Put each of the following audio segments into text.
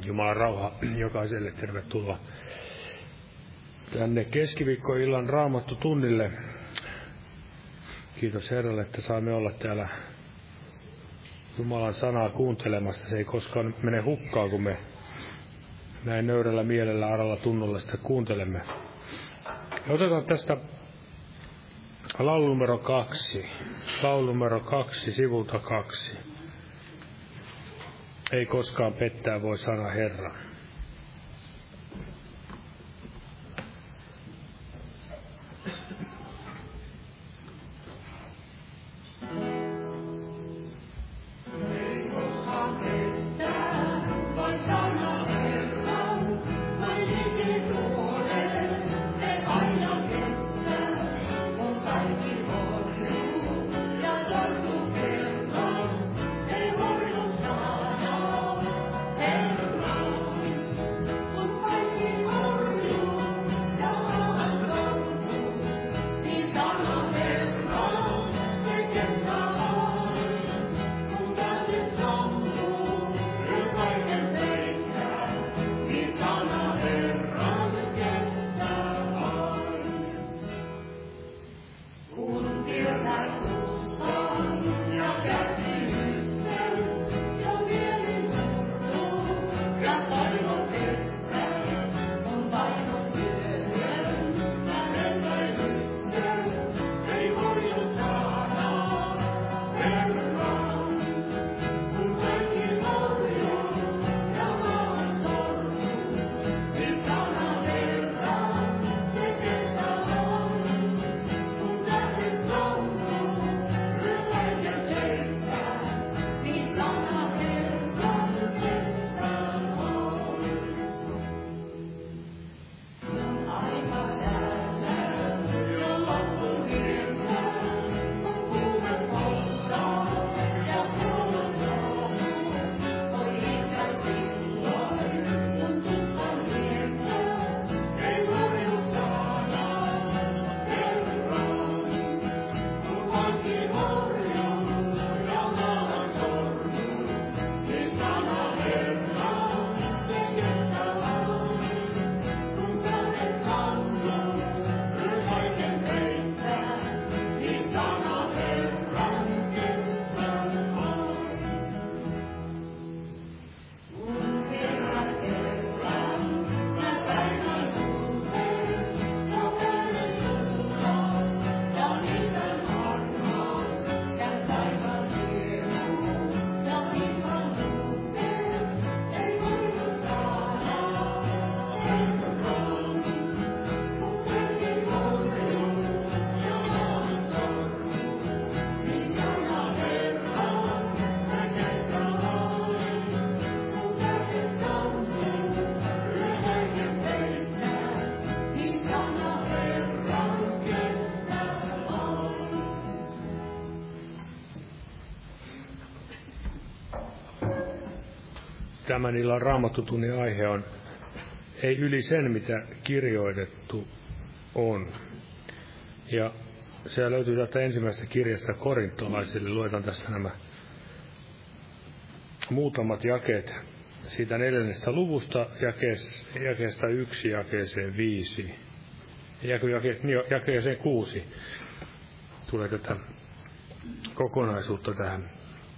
Jumalan rauha jokaiselle, tervetuloa tänne keskiviikkoillan Raamattu tunnille. Kiitos Herralle, että saamme olla täällä Jumalan sanaa kuuntelemassa. Se ei koskaan mene hukkaan, kun me näin nöyrällä mielellä, aralla tunnolla sitä kuuntelemme. Ja otetaan tästä laulu numero 2. Laulu numero 2, sivulta 2. Ei koskaan pettää voi sana Herra. Tämän illan Raamattutunnin aihe on ei yli sen, mitä kirjoitettu on. Ja se löytyy täältä ensimmäisestä kirjasta korintolaisille. Luetaan tästä nämä muutamat jakeet siitä 4. luvusta jakeesta 1 jakeeseen 5. Jakeeseen 6 tulee tätä kokonaisuutta tähän.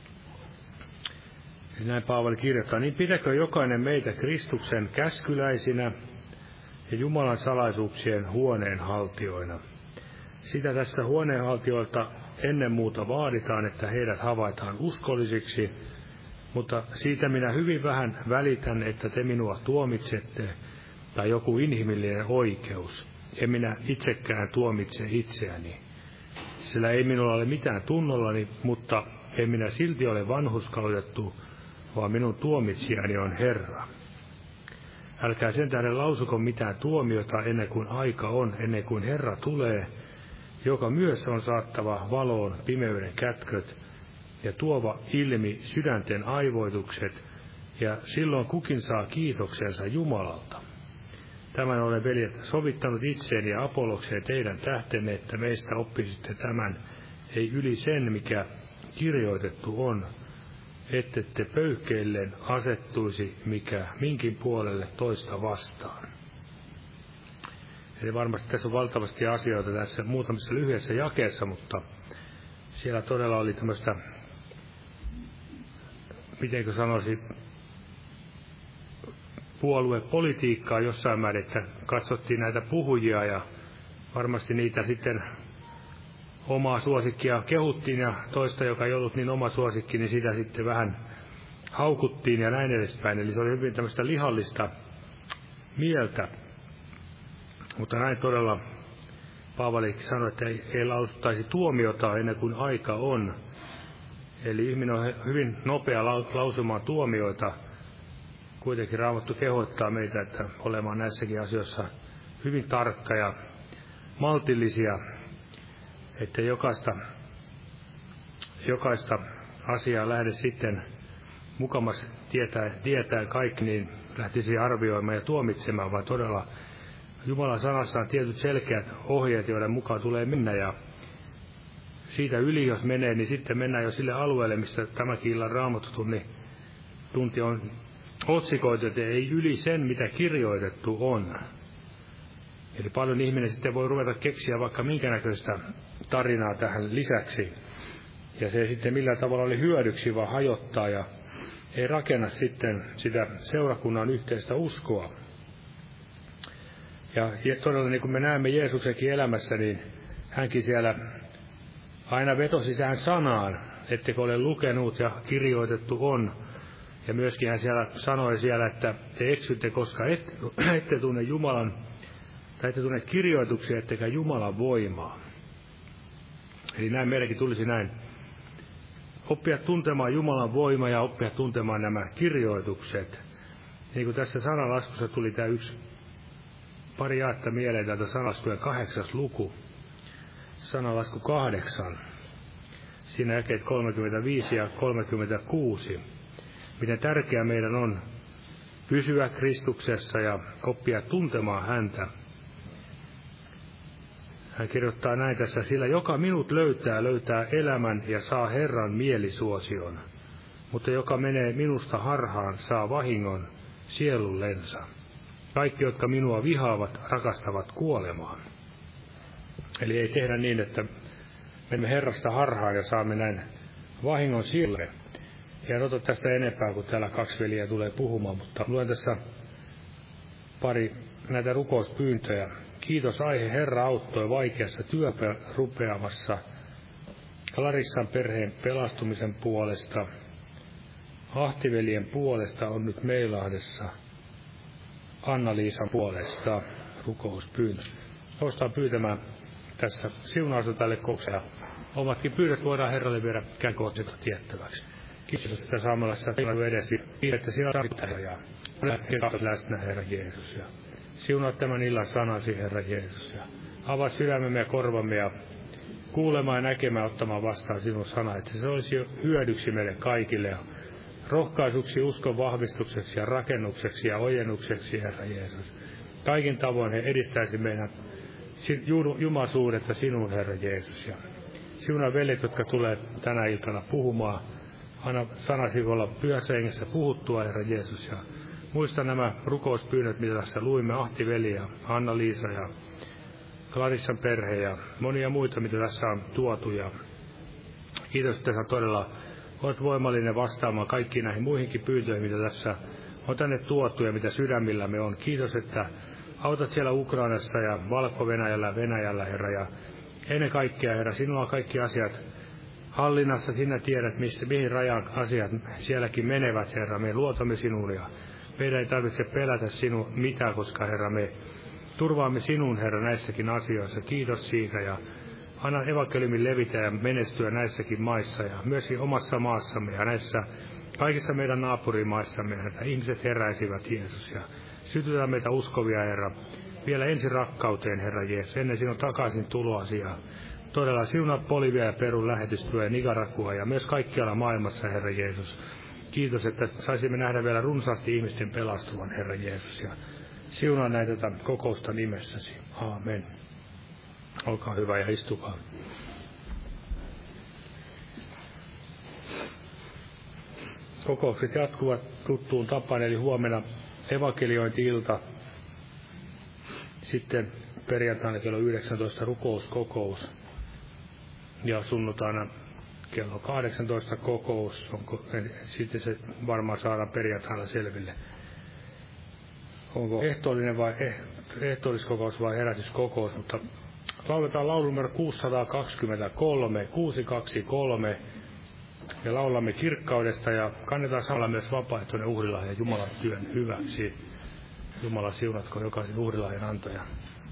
Näin Paavali kirjoittaa, niin pidäkö jokainen meitä Kristuksen käskyläisinä ja Jumalan salaisuuksien huoneenhaltijoina. Sitä tästä huoneenhaltijoilta ennen muuta vaaditaan, että heidät havaitaan uskollisiksi, mutta siitä minä hyvin vähän välitän, että te minua tuomitsette tai joku inhimillinen oikeus. En minä itsekään tuomitse itseäni, sillä ei minulla ole mitään tunnollani, mutta en minä silti ole vanhurskautettu, vaan minun tuomitsijani on Herra. Älkää sen tähden lausuko mitään tuomiota ennen kuin aika on, ennen kuin Herra tulee, joka myös on saattava valoon pimeyden kätköt ja tuova ilmi sydänten aivoitukset, ja silloin kukin saa kiitoksensa Jumalalta. Tämän olen, veljet, sovittanut itseeni ja Apollokseen teidän tähtenne, että meistä oppisitte tämän, ei yli sen, mikä kirjoitettu on, ettette pöyhkeilleen asettuisi mikä minkin puolelle toista vastaan. Eli varmasti tässä on valtavasti asioita tässä muutamassa lyhyessä jakeessa, mutta siellä todella oli tämmöistä, mitenkö sanoisin, puoluepolitiikkaa jossain määrin, että katsottiin näitä puhujia ja varmasti niitä sitten omaa suosikkia kehuttiin ja toista, joka ei ollut niin oma suosikki, niin sitä sitten vähän haukuttiin ja näin edespäin. Eli se oli hyvin tämmöistä lihallista mieltä. Mutta näin todella Paavali sanoi, että ei lausuttaisi tuomiota ennen kuin aika on. Eli ihminen on hyvin nopea lausumaan tuomioita. Kuitenkin Raamattu kehottaa meitä, että olemaan näissäkin asioissa hyvin tarkka ja maltillisia, että jokaista asiaa lähde sitten mukamas tietää kaikki, niin lähtisi arvioimaan ja tuomitsemaan, vaan todella Jumalan sanassa on tietyt selkeät ohjeet, joiden mukaan tulee mennä, ja siitä yli jos menee, niin sitten mennään jo sille alueelle, missä tämäkin illan Raamattutunti on otsikoitu, että ei yli sen, mitä kirjoitettu on. Eli paljon ihminen sitten voi ruveta keksiä vaikka minkä näköistä tarinaa tähän lisäksi, ja se ei sitten millään tavalla ole hyödyksi, vaan hajottaa ja ei rakenna sitten sitä seurakunnan yhteistä uskoa. Ja todella niin kuin me näemme Jeesuksenkin elämässä, niin hänkin siellä aina vetosi tähän sanaan, ettekö ole lukenut ja kirjoitettu on. Ja myöskin hän siellä sanoi siellä, että te eksytte, koska ette tunne Jumalan, tai ette tunne kirjoituksia, ettekä Jumalan voimaa. Eli näin meidänkin tulisi näin oppia tuntemaan Jumalan voima ja oppia tuntemaan nämä kirjoitukset. Niin kuin tässä sanalaskussa tuli tämä pari jaetta mieleen täältä sanalaskujen 8. luku, sanalasku 8, siinä jakeet 35 ja 36. Miten tärkeää meidän on pysyä Kristuksessa ja oppia tuntemaan häntä. Hän kirjoittaa näin tässä, sillä joka minut löytää elämän ja saa Herran mielisuosion, mutta joka menee minusta harhaan, saa vahingon sielullensa. Kaikki, jotka minua vihaavat, rakastavat kuolemaan. Eli ei tehdä niin, että menemme Herrasta harhaan ja saamme näin vahingon sille. En ota tästä enempää, kun täällä 2 veljeä tulee puhumaan, mutta luen tässä pari näitä rukouspyyntöjä. Kiitos aihe, Herra auttoi vaikeassa työrupeamassa, Clarissan perheen pelastumisen puolesta, Ahtiveljen puolesta on nyt Meilahdessa, Anna-Liisan puolesta rukouspyyntö. Noustaan pyytämään tässä siunausta tälle kokoukselle. Omatkin pyydät voidaan Herralle viedä käänkootsilta tiettäväksi. Kiitos, että saamelaisessa tilanne edesi. Että sinä tarvitset ja olet läsnä, Herra Jeesus. Ja siunaa tämän illan sanasi, Herra Jeesus. Ja avaa sydämemme ja korvamme ja kuulemaan ja näkemään, ottamaan vastaan sinun sana. Että se olisi hyödyksi meille kaikille ja rohkaisuksi, uskon vahvistukseksi ja rakennukseksi ja ojennukseksi, Herra Jeesus. Kaikin tavoin he edistäisi meidän jumalsuudetta sinun, Herra Jeesus. Ja siunaa veljet, jotka tulee tänä iltana puhumaan. Anna sanasi olla pyhässä hengessä puhuttua, Herra Jeesus. Ja muista nämä rukouspyynnöt, mitä tässä luimme, Ahti-veli ja Anna-Liisa ja Clarissan perhe ja monia muita, mitä tässä on tuotu. Ja kiitos, että sä todella olet voimallinen vastaamaan kaikkiin näihin muihinkin pyyntöihin, mitä tässä on tänne tuotu ja mitä sydämillämme on. Kiitos, että autat siellä Ukrainassa ja Valko-Venäjällä, Herra. Ja ennen kaikkea, Herra, sinulla on kaikki asiat hallinnassa. Sinä tiedät, mihin rajan asiat sielläkin menevät, Herra. Me luotamme sinuun ja meidän ei tarvitse pelätä sinua mitään, koska, Herra, me turvaamme sinun, Herra, näissäkin asioissa. Kiitos siitä ja anna evankeliumin levitä ja menestyä näissäkin maissa ja myöskin omassa maassamme ja näissä kaikissa meidän naapurimaissamme, että ihmiset heräisivät, Jeesus. Ja sytytään meitä uskovia, Herra, vielä ensin rakkauteen, Herra Jeesus, ennen sinun takaisin tuloasi. Ja todella siunat Bolivia ja Perun lähetystyö ja Nicaragua ja myös kaikkialla maailmassa, Herra Jeesus. Kiitos, että saisimme nähdä vielä runsaasti ihmisten pelastuvan, Herra Jeesus. Ja siunaa näitä tätä kokousta nimessäsi. Aamen. Olkaa hyvä ja istukaa. kokoukset jatkuvat tuttuun tapaan, eli huomenna evankeliointi-ilta. Sitten perjantaina kello 19 rukouskokous. Ja sunnuntaina kello 18 kokous. Sitten se varmaan saadaan perjantaina selville. Onko ehtoollinen vai ehtoolliskokous vai herätyskokous, mutta lauletaan laulu numero 623, 623, ja laulamme kirkkaudesta ja kannetaan samalla myös vapaaehtoinen uhrilahja Jumalan työn hyväksi. Jumala siunatko jokaisen uhrilahjan antajan.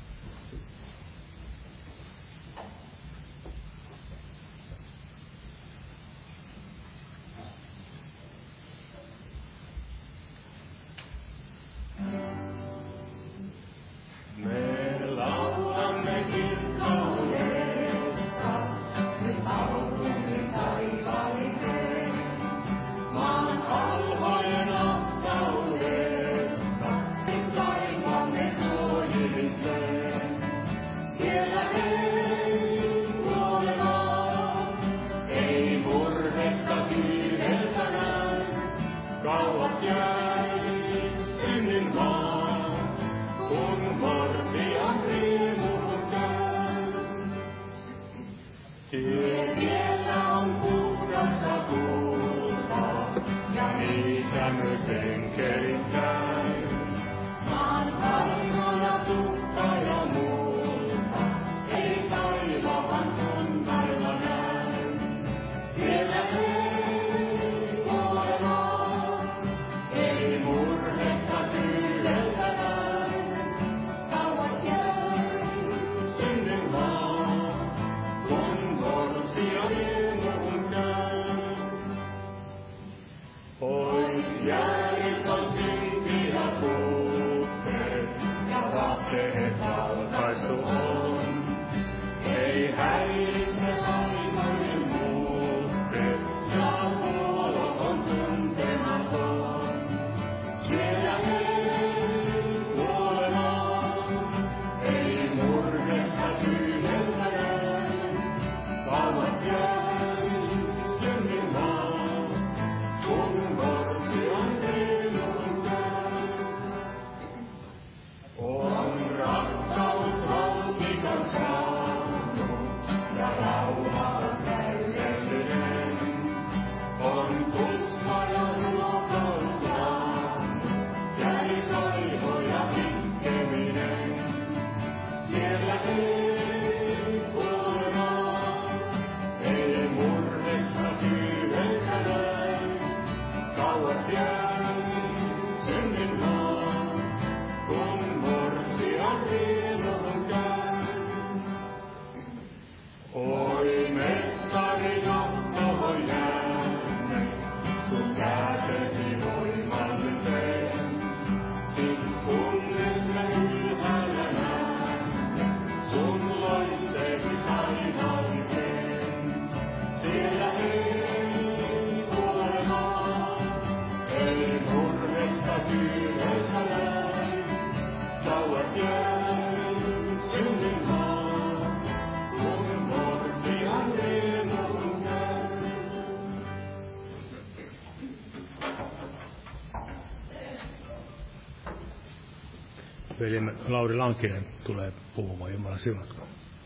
Veljemme Lauri Lankinen tulee puhumaan. Jumala siunatko.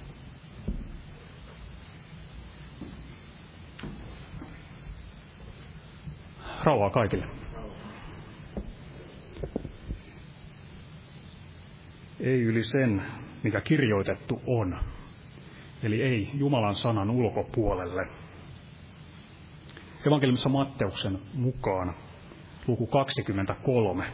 Rauhaa kaikille. Ei yli sen, mikä kirjoitettu on. Eli ei Jumalan sanan ulkopuolelle. Evankeliumissa Matteuksen mukaan luku 23.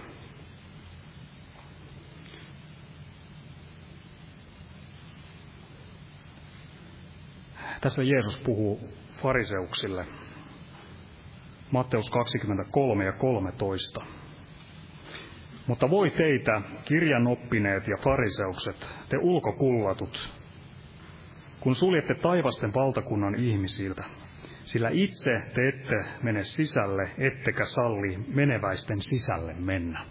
Tässä Jeesus puhuu fariseuksille. Matteus 23 ja 13. Mutta voi teitä, kirjanoppineet ja fariseukset, te ulkokullatut, kun suljette taivasten valtakunnan ihmisiltä, sillä itse te ette mene sisälle, ettekä salli meneväisten sisälle mennä.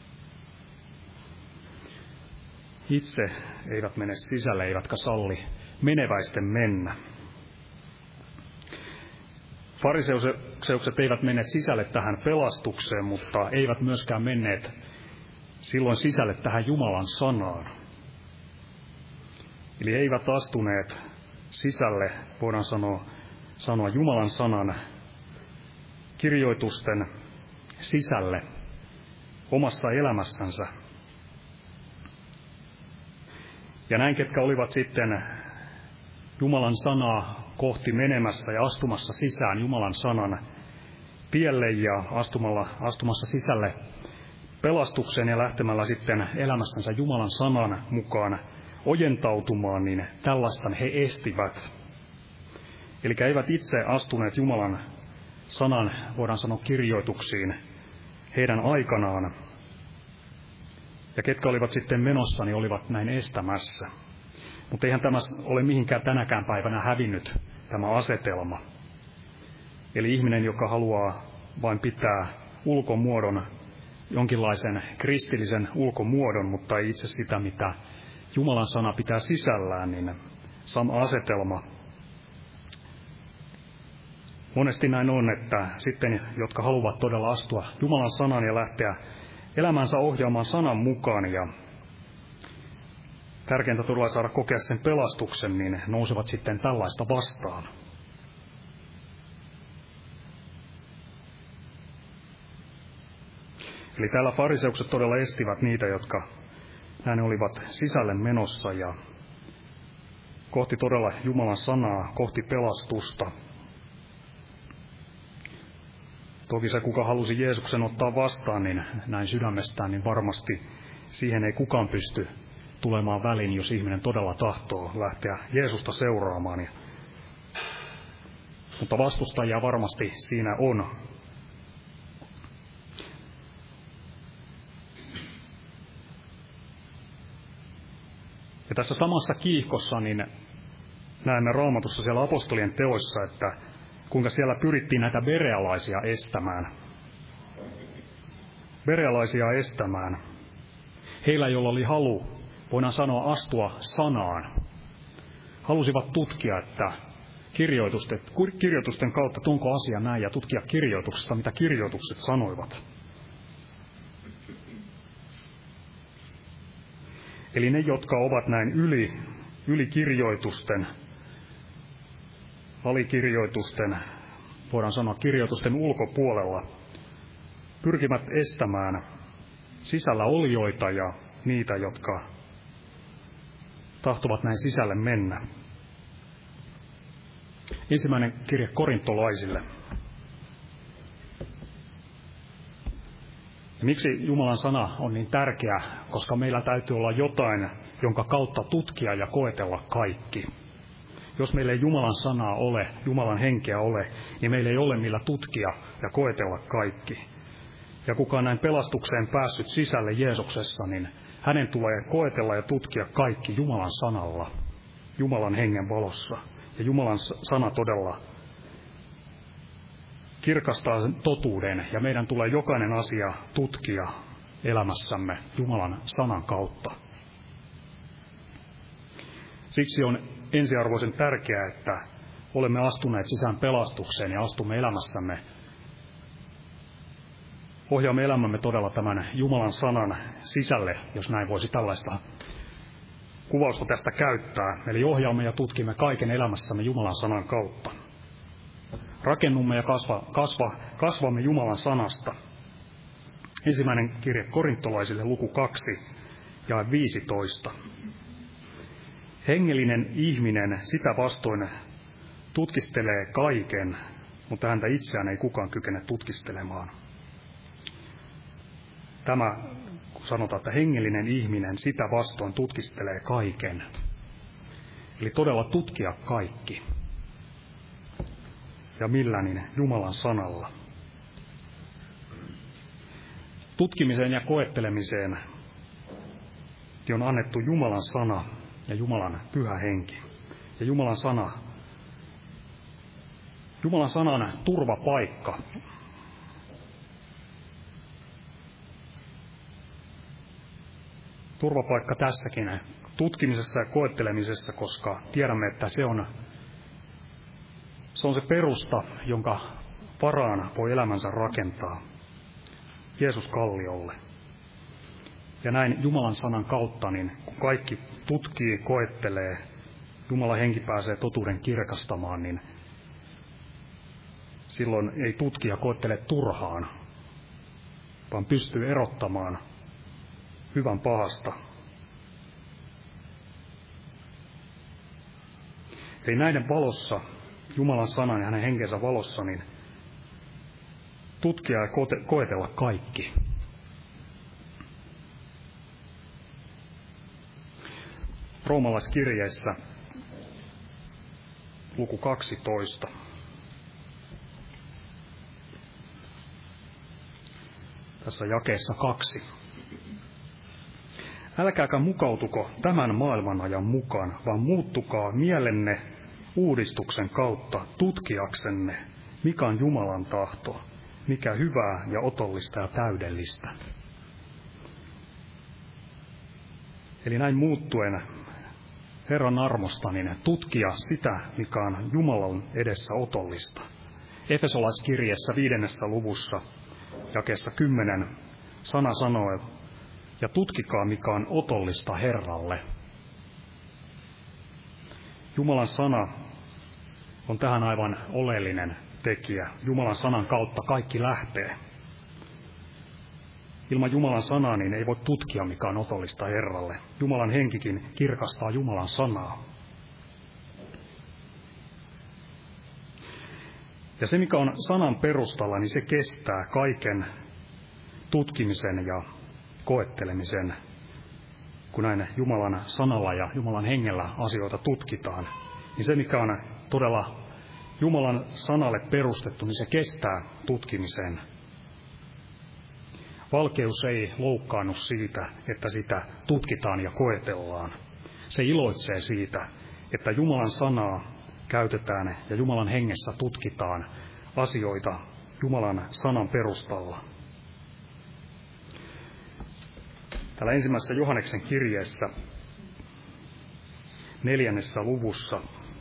Itse eivät mene sisälle, eivätkä salli meneväisten mennä. Fariseukset eivät menneet sisälle tähän pelastukseen, mutta eivät myöskään menneet silloin sisälle tähän Jumalan sanaan. Eli eivät astuneet sisälle, voidaan sanoa Jumalan sanan kirjoitusten sisälle omassa elämässänsä. Ja näin, ketkä olivat sitten Jumalan sanaa kohti menemässä ja astumassa sisään Jumalan sanan tielle ja astumassa sisälle pelastukseen ja lähtemällä sitten elämässänsä Jumalan sanan mukaan ojentautumaan, niin tällaista he estivät. Eli eivät itse astuneet Jumalan sanan, voidaan sanoa, kirjoituksiin heidän aikanaan. Ja ketkä olivat sitten menossa, niin olivat näin estämässä. Mutta eihän tämä ole mihinkään tänäkään päivänä hävinnyt, tämä asetelma. Eli ihminen, joka haluaa vain pitää ulkomuodon, jonkinlaisen kristillisen ulkomuodon, mutta ei itse sitä, mitä Jumalan sana pitää sisällään, niin sama asetelma. Monesti näin on, että sitten, jotka haluavat todella astua Jumalan sanan ja lähteä elämänsä ohjaamaan sanan mukaan ja tärkeintä todella saada kokea sen pelastuksen, niin nousevat sitten tällaista vastaan. Eli täällä fariseukset todella estivät niitä, jotka näin olivat sisälle menossa ja kohti todella Jumalan sanaa, kohti pelastusta. Toki se, kuka halusi Jeesuksen ottaa vastaan, niin näin sydämestään, niin varmasti siihen ei kukaan pysty tulemaan väliin, jos ihminen todella tahtoo lähteä Jeesusta seuraamaan. Mutta vastustajia varmasti siinä on. Ja tässä samassa kiihkossa niin näemme Raamatussa siellä apostolien teoissa, että kuinka siellä pyrittiin näitä berealaisia estämään. Berealaisia estämään. Heillä, joilla oli halu, voidaan sanoa, astua sanaan. Halusivat tutkia, että kirjoitusten kautta, että onko asia näin, ja tutkia kirjoituksesta, mitä kirjoitukset sanoivat. Eli ne, jotka ovat näin yli kirjoitusten, alikirjoitusten, voidaan sanoa kirjoitusten ulkopuolella, pyrkivät estämään sisällä olijoita ja niitä, jotka tahtovat näin sisälle mennä. Ensimmäinen kirje korintolaisille. Ja miksi Jumalan sana on niin tärkeä? Koska meillä täytyy olla jotain, jonka kautta tutkia ja koetella kaikki. Jos meillä ei Jumalan sanaa ole, Jumalan henkeä ole, niin meillä ei ole millä tutkia ja koetella kaikki. Ja kuka on näin pelastukseen päässyt sisälle Jeesuksessa, niin hänen tulee koetella ja tutkia kaikki Jumalan sanalla, Jumalan hengen valossa. Ja Jumalan sana todella kirkastaa sen totuuden, ja meidän tulee jokainen asia tutkia elämässämme Jumalan sanan kautta. Siksi on ensiarvoisen tärkeää, että olemme astuneet sisään pelastukseen ja astumme elämässämme, ohjaamme elämämme todella tämän Jumalan sanan sisälle, jos näin voisi tällaista kuvausta tästä käyttää. Eli ohjaamme ja tutkimme kaiken elämässämme Jumalan sanan kautta. Rakennumme ja kasvamme Jumalan sanasta. Ensimmäinen kirje korintolaisille, luku 2 ja 15. Hengellinen ihminen sitä vastoin tutkistelee kaiken, mutta häntä itseään ei kukaan kykene tutkistelemaan. Tämä, kun sanotaan, että hengellinen ihminen sitä vastoin tutkistelee kaiken. Eli todella tutkia kaikki. Ja millä, niin Jumalan sanalla. Tutkimiseen ja koettelemiseen on annettu Jumalan sana ja Jumalan pyhä henki. Ja Jumalan sanan turvapaikka. Turvapaikka tässäkin tutkimisessa ja koettelemisessa, koska tiedämme, että se on Se on se perusta, jonka varaan voi elämänsä rakentaa Jeesus kalliolle. Ja näin Jumalan sanan kautta, niin kun kaikki tutkii, koettelee, Jumalan henki pääsee totuuden kirkastamaan, niin silloin ei tutkija koettele turhaan, vaan pystyy erottamaan hyvän pahasta. Eli näiden valossa, Jumalan sanan ja hänen henkensä valossa, niin tutkia ja koetella kaikki. Roomalaiskirjeessä luku 12. Tässä jakeessa 2. Älkääkä mukautuko tämän maailmanajan mukaan, vaan muuttukaa mielenne uudistuksen kautta tutkiaksenne, mikä on Jumalan tahto, mikä hyvää ja otollista ja täydellistä. Eli näin muuttuen Herran armosta, niin tutkia sitä, mikä on Jumalan edessä otollista. Efesolaiskirjeessä 5. luvussa, jakeessa 10, sana sanoo, ja tutkikaa, mikä on otollista Herralle. Jumalan sana on tähän aivan oleellinen tekijä. Jumalan sanan kautta kaikki lähtee. Ilman Jumalan sanaa niin ei voi tutkia, mikä on otollista Herralle. Jumalan henkikin kirkastaa Jumalan sanaa. Ja se, mikä on sanan perustalla, niin se kestää kaiken tutkimisen ja koettelemisen, kun näin Jumalan sanalla ja Jumalan hengellä asioita tutkitaan. Niin se, mikä on todella Jumalan sanalle perustettu, niin se kestää tutkimisen. Valkeus ei loukkaannu siitä, että sitä tutkitaan ja koetellaan. Se iloitsee siitä, että Jumalan sanaa käytetään ja Jumalan hengessä tutkitaan asioita Jumalan sanan perustalla. Täällä ensimmäisessä Johanneksen kirjeessä 4. luvussa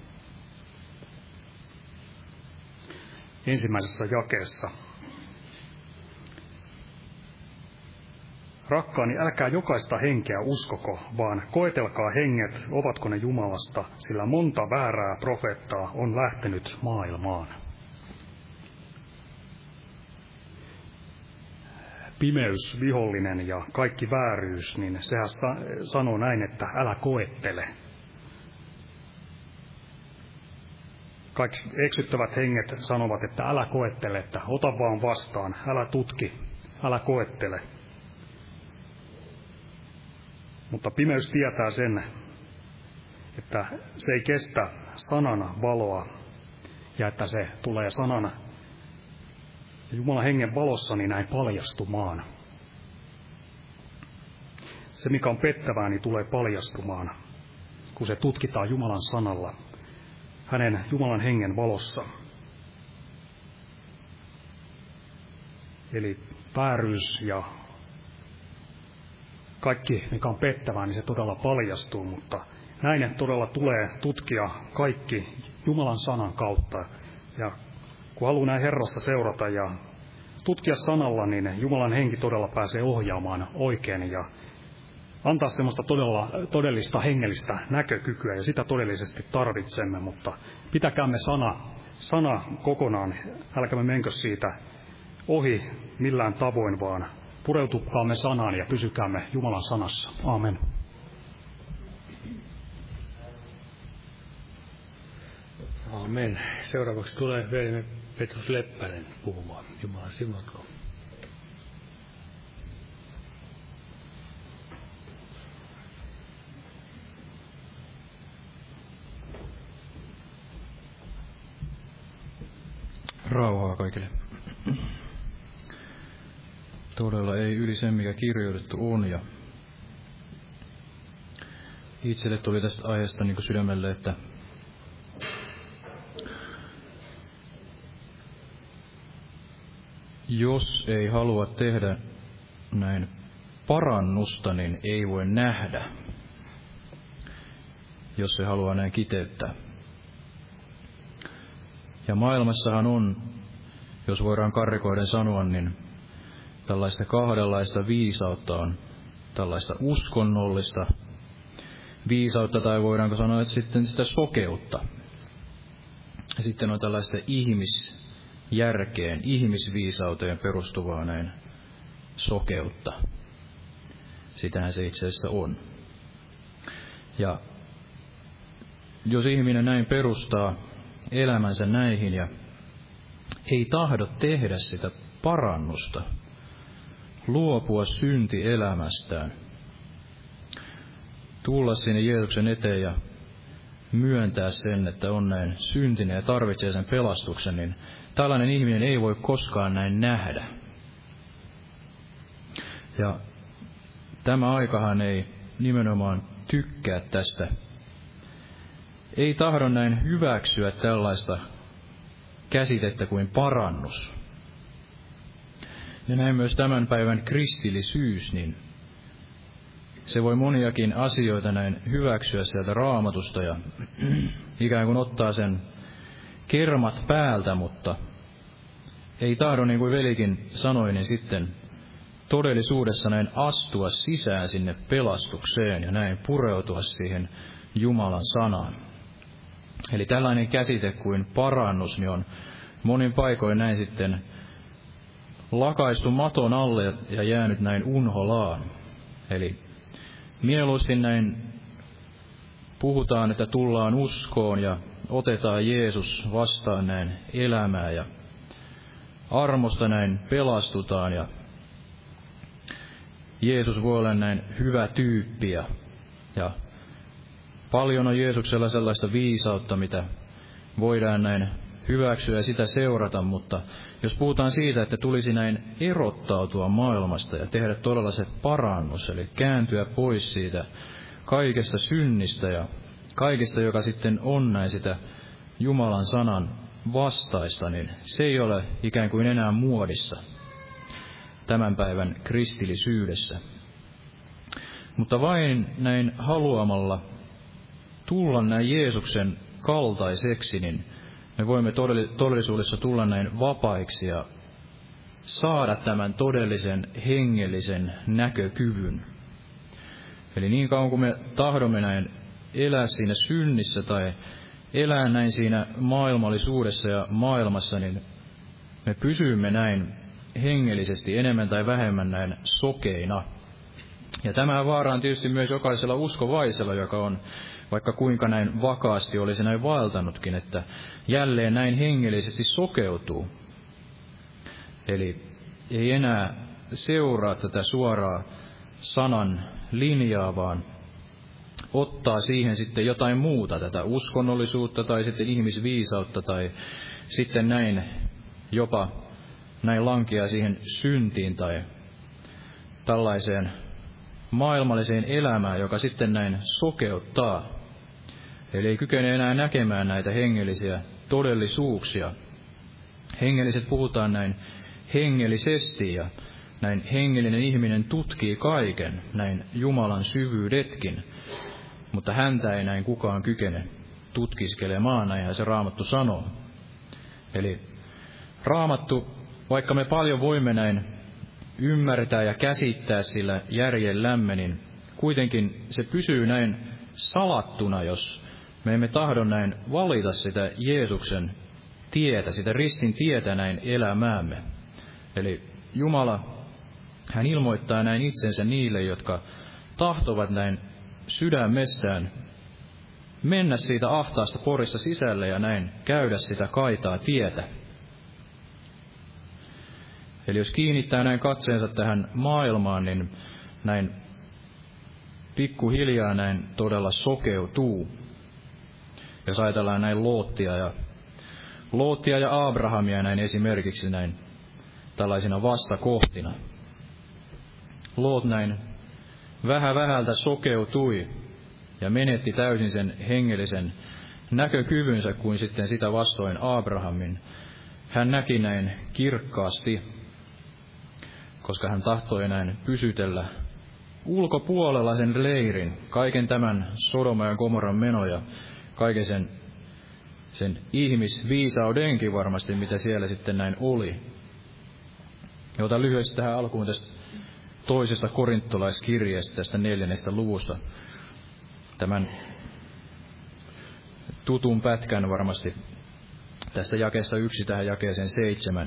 1. jakeessa. Rakkaani, älkää jokaista henkeä uskoko, vaan koetelkaa henget, ovatko ne Jumalasta, sillä monta väärää profeettaa on lähtenyt maailmaan. Pimeys, vihollinen ja kaikki vääryys, niin sehän sanoo näin, että älä koettele. Kaikki eksyttävät henget sanovat, että älä koettele, että ota vaan vastaan, älä tutki, älä koettele. Mutta pimeys tietää sen, että se ei kestä sanan valoa ja että se tulee sanan ja Jumalan hengen valossa niin näin paljastumaan. Se, mikä on pettävää, niin tulee paljastumaan, kun se tutkitaan Jumalan sanalla, hänen Jumalan hengen valossa. Eli vääryys ja kaikki, mikä on pettävää, niin se todella paljastuu, mutta näin todella tulee tutkia kaikki Jumalan sanan kautta. Ja kun haluaa näin Herrassa seurata ja tutkia sanalla, niin Jumalan henki todella pääsee ohjaamaan oikein ja antaa semmoista todellista hengellistä näkökykyä, ja sitä todellisesti tarvitsemme, mutta pitäkäämme sana kokonaan, älkäämme menkö siitä ohi millään tavoin, vaan pureutukaamme sanaan ja pysykäämme Jumalan sanassa. Aamen. Aamen. Seuraavaksi tulee veljemme Petrus Leppänen puhumaan. Jumala siunatkoon. Rauhaa kaikille. Todella ei yli sen, mikä kirjoitettu on. Ja itselle tuli tästä aiheesta niin kuin sydämelle, että jos ei halua tehdä näin parannusta, niin ei voi nähdä, jos se haluaa näin kiteyttää. Ja maailmassahan on, jos voidaan karrikoiden sanoa, niin tällaista kahdenlaista viisautta on. Tällaista uskonnollista viisautta, tai voidaanko sanoa, että sitten sitä sokeutta. Sitten on tällaista ihmisjärkeen, ihmisviisauteen perustuvaa näin sokeutta. Sitähän se itse asiassa on. Ja jos ihminen näin perustaa elämänsä näihin ja ei tahdo tehdä sitä parannusta, luopua syntielämästään, tulla sinne Jeesuksen eteen ja myöntää sen, että on näin syntinen ja tarvitsee sen pelastuksen, niin tällainen ihminen ei voi koskaan näin nähdä. Ja tämä aikahan ei nimenomaan tykkää tästä. Ei tahdo näin hyväksyä tällaista käsitettä kuin parannus. Ja näin myös tämän päivän kristillisyys, niin se voi moniakin asioita näin hyväksyä sieltä Raamatusta ja ikään kuin ottaa sen kermat päältä, mutta ei tahdo, niin kuin velikin sanoi, niin sitten todellisuudessa näin astua sisään sinne pelastukseen ja näin pureutua siihen Jumalan sanaan. Eli tällainen käsite kuin parannus niin on monin paikoin näin sitten lakaistu maton alle ja jäänyt näin unholaan. Eli mieluusti näin puhutaan, että tullaan uskoon ja otetaan Jeesus vastaan näin elämää ja armosta näin pelastutaan ja Jeesus voi olla näin hyvä tyyppi ja paljon on Jeesuksella sellaista viisautta, mitä voidaan näin hyväksyä ja sitä seurata, mutta jos puhutaan siitä, että tulisi näin erottautua maailmasta ja tehdä todella se parannus, eli kääntyä pois siitä kaikesta synnistä ja kaikesta, joka sitten on näin sitä Jumalan sanan vastaista, niin se ei ole ikään kuin enää muodissa tämän päivän kristillisyydessä. Mutta vain näin haluamalla tulla näin Jeesuksen kaltaiseksi, niin me voimme todellisuudessa tulla näin vapaiksi ja saada tämän todellisen hengellisen näkökyvyn. Eli niin kauan kuin me tahdomme näin elää siinä synnissä tai elää näin siinä maailmallisuudessa ja maailmassa, niin me pysymme näin hengellisesti enemmän tai vähemmän näin sokeina. Ja tämä vaara on tietysti myös jokaisella uskovaisella, joka on vaikka kuinka näin vakaasti olisi näin vaeltanutkin, että jälleen näin hengellisesti sokeutuu. Eli ei enää seuraa tätä suoraa sanan linjaa, vaan ottaa siihen sitten jotain muuta, tätä uskonnollisuutta tai sitten ihmisviisautta tai sitten näin jopa näin lankeaa siihen syntiin tai tällaiseen maailmalliseen elämään, joka sitten näin sokeuttaa. Eli ei kykene enää näkemään näitä hengellisiä todellisuuksia. Hengelliset puhutaan näin hengellisesti ja näin hengellinen ihminen tutkii kaiken, näin Jumalan syvyydetkin, mutta häntä ei näin kukaan kykene tutkiskelemaan, näinhän se Raamattu sanoo. Eli Raamattu, vaikka me paljon voimme näin ymmärtää ja käsittää sillä järjellämme, niin kuitenkin se pysyy näin salattuna, jos me emme tahdo näin valita sitä Jeesuksen tietä, sitä ristin tietä näin elämäämme. Eli Jumala, hän ilmoittaa näin itsensä niille, jotka tahtovat näin sydämestään mennä siitä ahtaasta porista sisälle ja näin käydä sitä kaitaa tietä. Eli jos kiinnittää näin katseensa tähän maailmaan, niin näin pikkuhiljaa näin todella sokeutuu. Jos ajatellaan näin Lootia ja Abrahamia näin esimerkiksi näin tällaisina vastakohtina. Loot näin vähältä sokeutui ja menetti täysin sen hengellisen näkökyvynsä kuin sitten sitä vastoin Abrahamin. Hän näki näin kirkkaasti, koska hän tahtoi näin pysytellä ulkopuolella sen leirin, kaiken tämän Sodoma ja Gomoran meno ja kaiken sen ihmisviisaudenkin varmasti, mitä siellä sitten näin oli. Ja otan lyhyesti tähän alkuun tästä toisesta korintolaiskirjeestä, tästä 4. luvusta, tämän tutun pätkän varmasti tästä jakeesta 1 tähän jakeeseen 7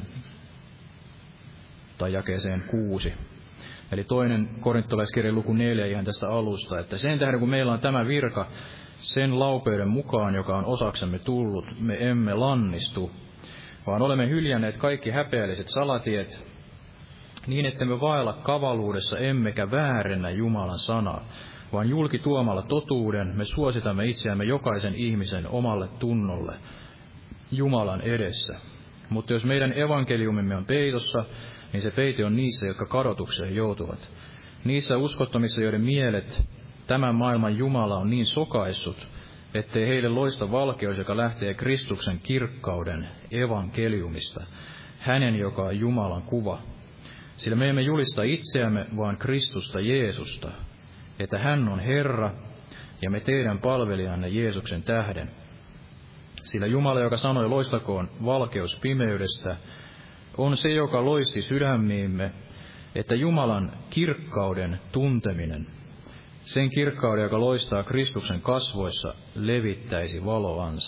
tai jakeeseen 6. Eli toinen korintolaiskirje luku 4 ihan tästä alusta, että sen tähden kun meillä on tämä virka sen laupeuden mukaan, joka on osaksemme tullut, me emme lannistu, vaan olemme hyljänneet kaikki häpeälliset salatiet, niin että me vaella kavaluudessa emmekä väärennä Jumalan sanaa, vaan julki tuomalla totuuden me suositamme itseämme jokaisen ihmisen omalle tunnolle Jumalan edessä. Mutta jos meidän evankeliumimme on peitossa, niin se peite on niissä, jotka kadotukseen joutuvat. Niissä uskottomissa, joiden mielet tämän maailman Jumala on niin sokaissut, ettei heille loista valkeus, joka lähtee Kristuksen kirkkauden evankeliumista, hänen, joka on Jumalan kuva. Sillä me emme julista itseämme, vaan Kristusta Jeesusta, että hän on Herra ja me teidän palvelijanne Jeesuksen tähden. Sillä Jumala, joka sanoi loistakoon valkeus pimeydestä, on se, joka loisti sydämiimme, että Jumalan kirkkauden tunteminen, sen kirkkauden, joka loistaa Kristuksen kasvoissa, levittäisi valoansa.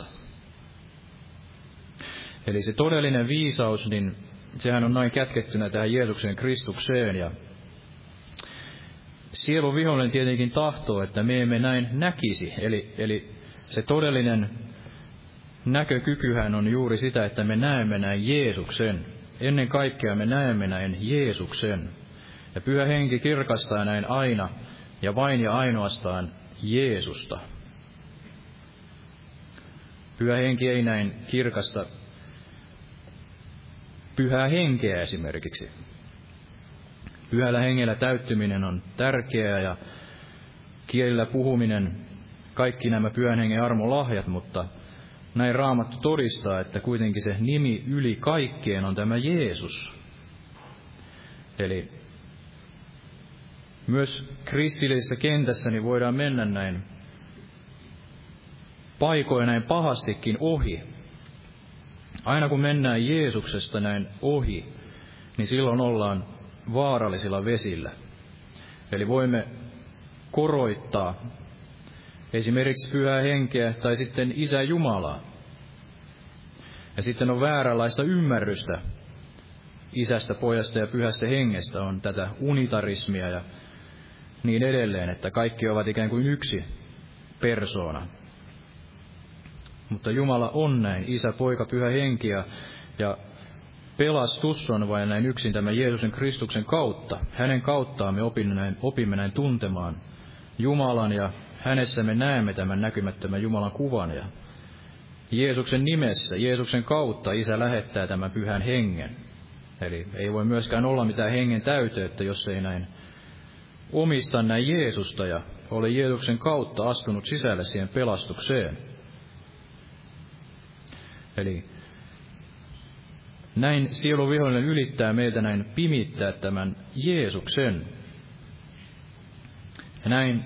Eli se todellinen viisaus, niin sehän on näin kätkettynä tähän Jeesuksen Kristukseen, ja sielun vihollinen tietenkin tahtoo, että me emme näin näkisi. Eli se todellinen näkökykyhän on juuri sitä, että me näemme näin Jeesuksen. Ennen kaikkea me näemme näin Jeesuksen. Ja Pyhä Henki kirkastaa näin aina ja vain ja ainoastaan Jeesusta. Pyhä Henki ei näin kirkasta Pyhää Henkeä esimerkiksi. Pyhällä Hengellä täyttyminen on tärkeää ja kielillä puhuminen, kaikki nämä Pyhän Hengen armolahjat, mutta näin Raamattu todistaa, että kuitenkin se nimi yli kaikkeen on tämä Jeesus. Eli myös kristillisessä kentässä niin voidaan mennä näin paikoin näin pahastikin ohi. Aina kun mennään Jeesuksesta näin ohi, niin silloin ollaan vaarallisilla vesillä. Eli voimme koroittaa esimerkiksi Pyhää Henkeä tai sitten Isä Jumalaa. Ja sitten on vääränlaista ymmärrystä Isästä, Pojasta ja Pyhästä Hengestä, on tätä unitarismia ja niin edelleen, että kaikki ovat ikään kuin yksi persoona. Mutta Jumala on näin, Isä, Poika, Pyhä Henki, ja pelastus on vain näin yksin tämän Jeesuksen Kristuksen kautta. Hänen kauttaan me opimme näin tuntemaan Jumalan, ja hänessä me näemme tämän näkymättömän Jumalan kuvan. Ja Jeesuksen nimessä, Jeesuksen kautta Isä lähettää tämän Pyhän Hengen. Eli ei voi myöskään olla mitään hengen täyteyttä, jos ei näin omista näin Jeesusta ja ole Jeesuksen kautta astunut sisälle siihen pelastukseen. Eli näin sielun vihollinen ylittää meiltä näin pimittää tämän Jeesuksen. Ja näin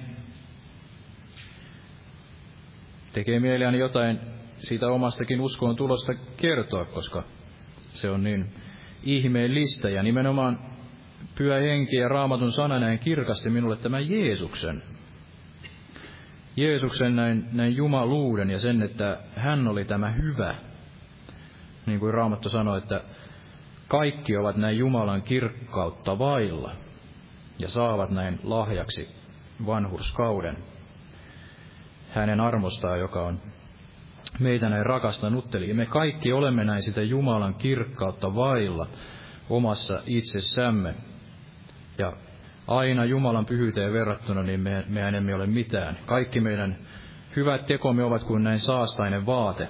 tekee mieleeni jotain siitä omastakin uskoon tulosta kertoa, koska se on niin ihmeellistä. Ja nimenomaan Pyhä Henki ja Raamatun sana näin kirkasti minulle tämän Jeesuksen. Jeesuksen näin jumaluuden ja sen, että hän oli tämä hyvä. Niin kuin Raamattu sanoi, että kaikki ovat näin Jumalan kirkkautta vailla ja saavat näin lahjaksi vanhurskauden. Hänen armostaan, joka on meitä näin rakastanut. Eli me kaikki olemme näin sitä Jumalan kirkkautta vailla omassa itsessämme. Ja aina Jumalan pyhyyteen verrattuna, niin mehän emme ole mitään. Kaikki meidän hyvät tekomme ovat kuin näin saastainen vaate.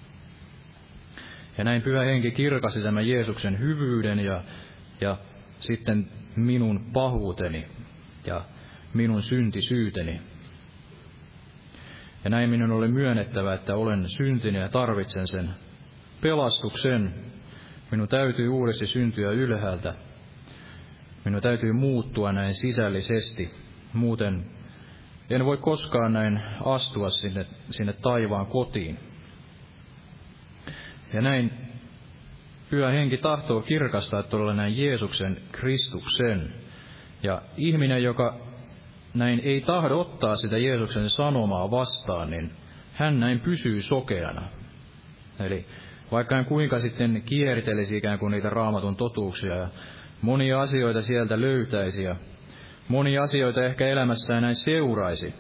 Ja näin Pyhä Henki kirkasi tämän Jeesuksen hyvyyden ja sitten minun pahuuteni ja minun syntisyyteni. Ja näin minun oli myönnettävä, että olen syntinen ja tarvitsen sen pelastuksen. Minun täytyy uudesti syntyä ylhäältä. Minun täytyy muuttua näin sisällisesti. Muuten en voi koskaan näin astua sinne taivaan kotiin. Ja näin Pyhä Henki tahtoo kirkastaa todella näin Jeesuksen Kristuksen. Ja ihminen, joka näin ei tahdo ottaa sitä Jeesuksen sanomaa vastaan, niin hän näin pysyy sokeana. Eli vaikka hän kuinka sitten kiertelisi ikään kuin niitä Raamatun totuuksia ja monia asioita sieltä löytäisi ja monia asioita ehkä elämässään näin seuraisi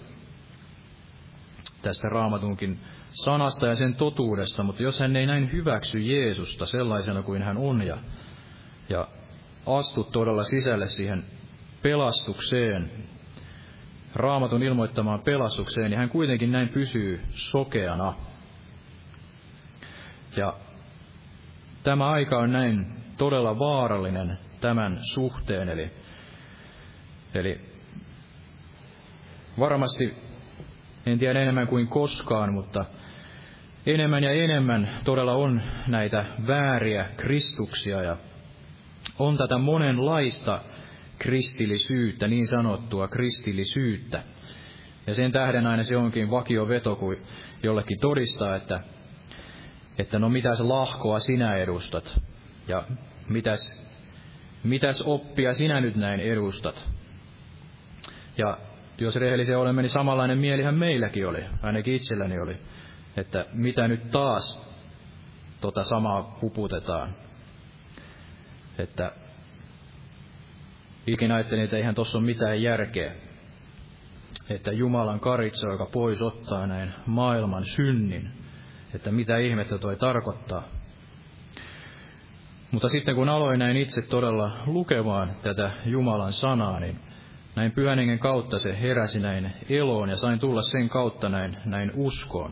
tästä Raamatunkin sanasta ja sen totuudesta, mutta jos hän ei näin hyväksy Jeesusta sellaisena kuin hän on ja astu todella sisälle siihen pelastukseen, Raamatun ilmoittamaan pelastukseen, niin hän kuitenkin näin pysyy sokeana. Ja tämä aika on näin todella vaarallinen tämän suhteen, eli varmasti, en tiedä enemmän kuin koskaan, mutta enemmän ja enemmän todella on näitä vääriä kristuksia ja on tätä monenlaista kristillisyyttä, niin sanottua kristillisyyttä. Ja sen tähden aina se onkin vakioveto, kun jollekin todistaa, että no mitäs lahkoa sinä edustat ja mitäs oppia sinä nyt näin edustat. Ja jos rehellisiä olemme, niin samanlainen mielihän meilläkin oli, ainakin itselläni oli, että mitä nyt taas samaa puputetaan. Että ikinä ajattelin, että eihän tuossa ole mitään järkeä, että Jumalan karitsa, joka pois ottaa näin maailman synnin, että mitä ihmettä toi tarkoittaa. Mutta sitten kun aloin näin itse todella lukemaan tätä Jumalan sanaa, niin näin Pyhän Hengen kautta se heräsi näin eloon ja sain tulla sen kautta näin uskoon.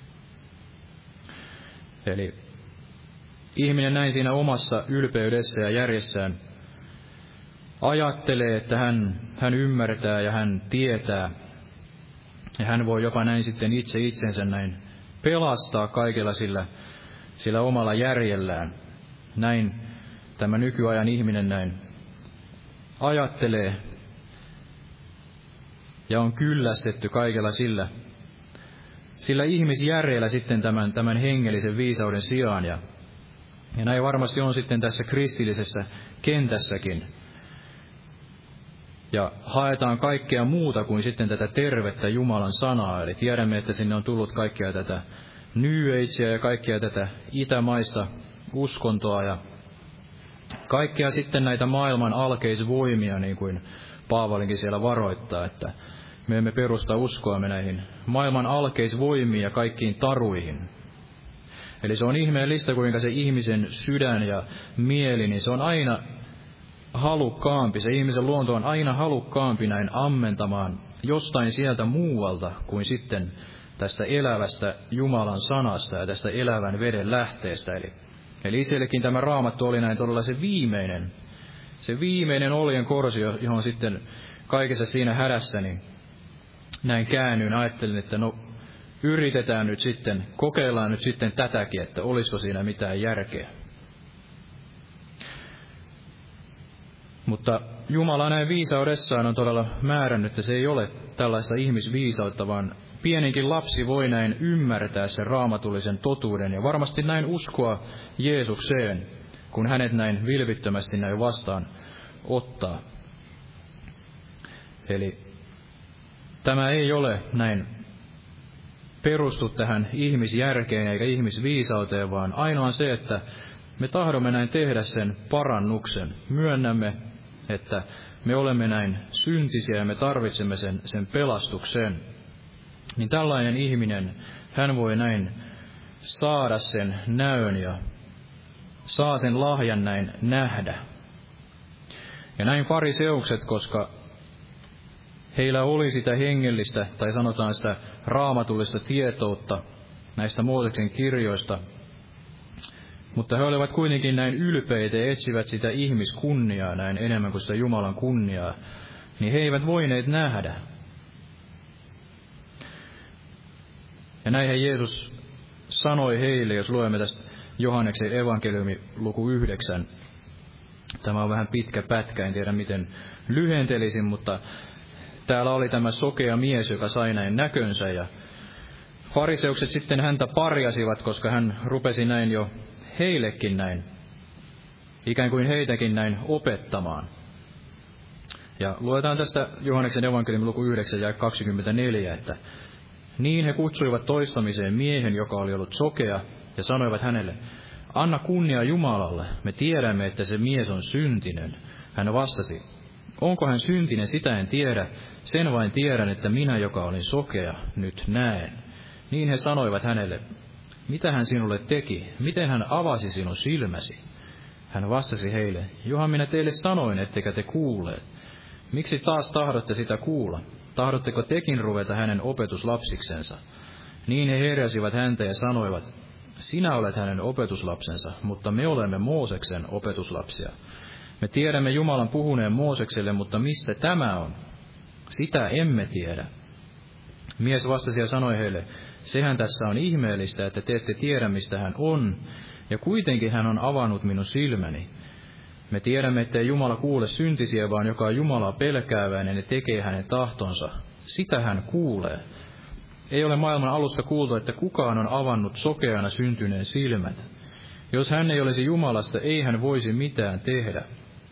Eli ihminen näin siinä omassa ylpeydessä ja järjessään ajattelee, että hän ymmärtää ja hän tietää ja hän voi jopa näin sitten itse itsensä näin pelastaa kaikella sillä omalla järjellään. Näin tämä nykyajan ihminen näin ajattelee ja on kyllästetty kaikella sillä ihmisjärjellä sitten tämän hengellisen viisauden sijaan. Ja näin varmasti on sitten tässä kristillisessä kentässäkin. Ja haetaan kaikkea muuta kuin sitten tätä tervettä Jumalan sanaa. Eli tiedämme, että sinne on tullut kaikkea tätä New Agea ja kaikkea tätä itämaista uskontoa ja kaikkea sitten näitä maailman alkeisvoimia, niin kuin Paavalinkin siellä varoittaa, että me emme perusta uskoamme näihin maailman alkeisvoimiin ja kaikkiin taruihin. Eli se on ihmeellistä, kuinka se ihmisen sydän ja mieli, niin se on aina halukkaampi, se ihmisen luonto on aina halukkaampi näin ammentamaan jostain sieltä muualta kuin sitten tästä elävästä Jumalan sanasta ja tästä elävän veden lähteestä. Eli itsellekin tämä Raamattu oli näin todella se viimeinen oljen korsi, johon sitten kaikessa siinä hädässäni näin käännyin, ajattelin, että no yritetään nyt sitten, kokeillaan nyt sitten tätäkin, että olisiko siinä mitään järkeä. Mutta Jumala näin viisaudessaan on todella määrännyt, että se ei ole tällaista ihmisviisautta, vaan pieninkin lapsi voi näin ymmärtää sen raamatullisen totuuden ja varmasti näin uskoa Jeesukseen, kun hänet näin vilpittömästi näin vastaan ottaa. Eli tämä ei ole näin perustu tähän ihmisjärkeen eikä ihmisviisauteen, vaan ainoa se, että me tahdomme näin tehdä sen parannuksen. Myönnämme, että me olemme näin syntisiä ja me tarvitsemme sen pelastuksen. Niin tällainen ihminen, hän voi näin saada sen näön ja saa sen lahjan näin nähdä. Ja näin fariseukset, koska heillä oli sitä hengellistä, tai sanotaan sitä raamatullista tietoutta näistä Mooseksen kirjoista, mutta he olivat kuitenkin näin ylpeitä ja etsivät sitä ihmiskunniaa näin enemmän kuin sitä Jumalan kunniaa, niin he eivät voineet nähdä. Ja näinhän Jeesus sanoi heille, jos luemme tästä Johanneksen evankeliumi luku 9. Tämä on vähän pitkä pätkä, en tiedä miten lyhentelisin, mutta täällä oli tämä sokea mies, joka sai näin näkönsä ja fariseukset sitten häntä parjasivat, koska hän rupesi näin jo heillekin näin, ikään kuin heitäkin näin opettamaan. Ja luetaan tästä Johanneksen evankeliumin luku 9 ja 24, että niin he kutsuivat toistamiseen miehen, joka oli ollut sokea, ja sanoivat hänelle, anna kunnia Jumalalle, me tiedämme, että se mies on syntinen. Hän vastasi, onko hän syntinen, sitä en tiedä, sen vain tiedän, että minä, joka olin sokea, nyt näen. Niin he sanoivat hänelle, mitä hän sinulle teki, miten hän avasi sinun silmäsi? Hän vastasi heille, johan minä teille sanoin, ettekä te kuulleet. Miksi taas tahdotte sitä kuulla? Tahdotteko tekin ruveta hänen opetuslapsiksensa? Niin he herjasivat häntä ja sanoivat, sinä olet hänen opetuslapsensa, mutta me olemme Mooseksen opetuslapsia. Me tiedämme Jumalan puhuneen Moosekselle, mutta mistä tämä on? Sitä emme tiedä. Mies vastasi ja sanoi heille, sehän tässä on ihmeellistä, että te ette tiedä, mistä hän on, ja kuitenkin hän on avannut minun silmäni. Me tiedämme, ettei Jumala kuule syntisiä, vaan joka on Jumalaa pelkääväinen ja tekee hänen tahtonsa. Sitä hän kuulee. Ei ole maailman alusta kuultu, että kukaan on avannut sokeana syntyneen silmät. Jos hän ei olisi Jumalasta, ei hän voisi mitään tehdä.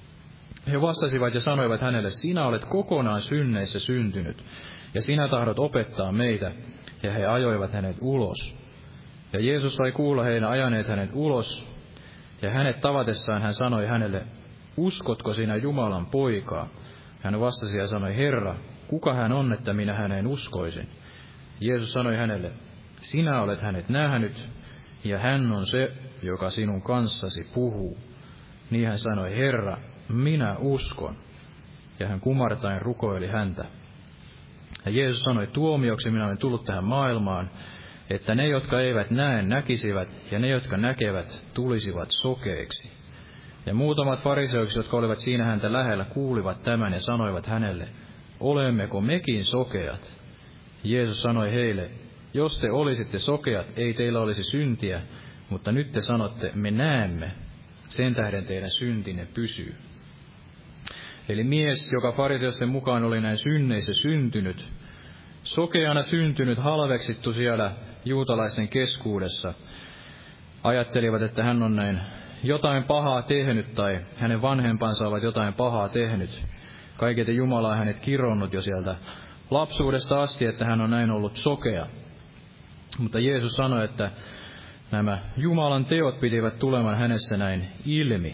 He vastasivat ja sanoivat hänelle, sinä olet kokonaan synneissä syntynyt, ja sinä tahdot opettaa meitä. Ja he ajoivat hänet ulos. Ja Jeesus sai kuulla heidän ajaneet hänet ulos, ja hänet tavatessaan hän sanoi hänelle, uskotko sinä Jumalan poikaa? Hän vastasi ja sanoi, Herra, kuka hän on, että minä häneen uskoisin? Jeesus sanoi hänelle, sinä olet hänet nähnyt, ja hän on se, joka sinun kanssasi puhuu. Niin hän sanoi, Herra, minä uskon. Ja hän kumartaen rukoili häntä. Ja Jeesus sanoi, tuomioksi minä olen tullut tähän maailmaan, että ne, jotka eivät näe, näkisivät, ja ne, jotka näkevät, tulisivat sokeiksi. Ja muutamat fariseukset, jotka olivat siinä häntä lähellä, kuulivat tämän ja sanoivat hänelle, olemmeko mekin sokeat? Jeesus sanoi heille, jos te olisitte sokeat, ei teillä olisi syntiä, mutta nyt te sanotte, me näemme, sen tähden teidän syntinne pysyy. Eli mies, joka fariseusten mukaan oli näin synneissä syntynyt, sokeana syntynyt, halveksittu siellä juutalaisten keskuudessa, ajattelivat, että hän on näin jotain pahaa tehnyt tai hänen vanhempansa ovat jotain pahaa tehnyt. Kaiketi Jumala on hänet kironnut jo sieltä lapsuudesta asti, että hän on näin ollut sokea. Mutta Jeesus sanoi, että nämä Jumalan teot pitivät tulemaan hänessä näin ilmi.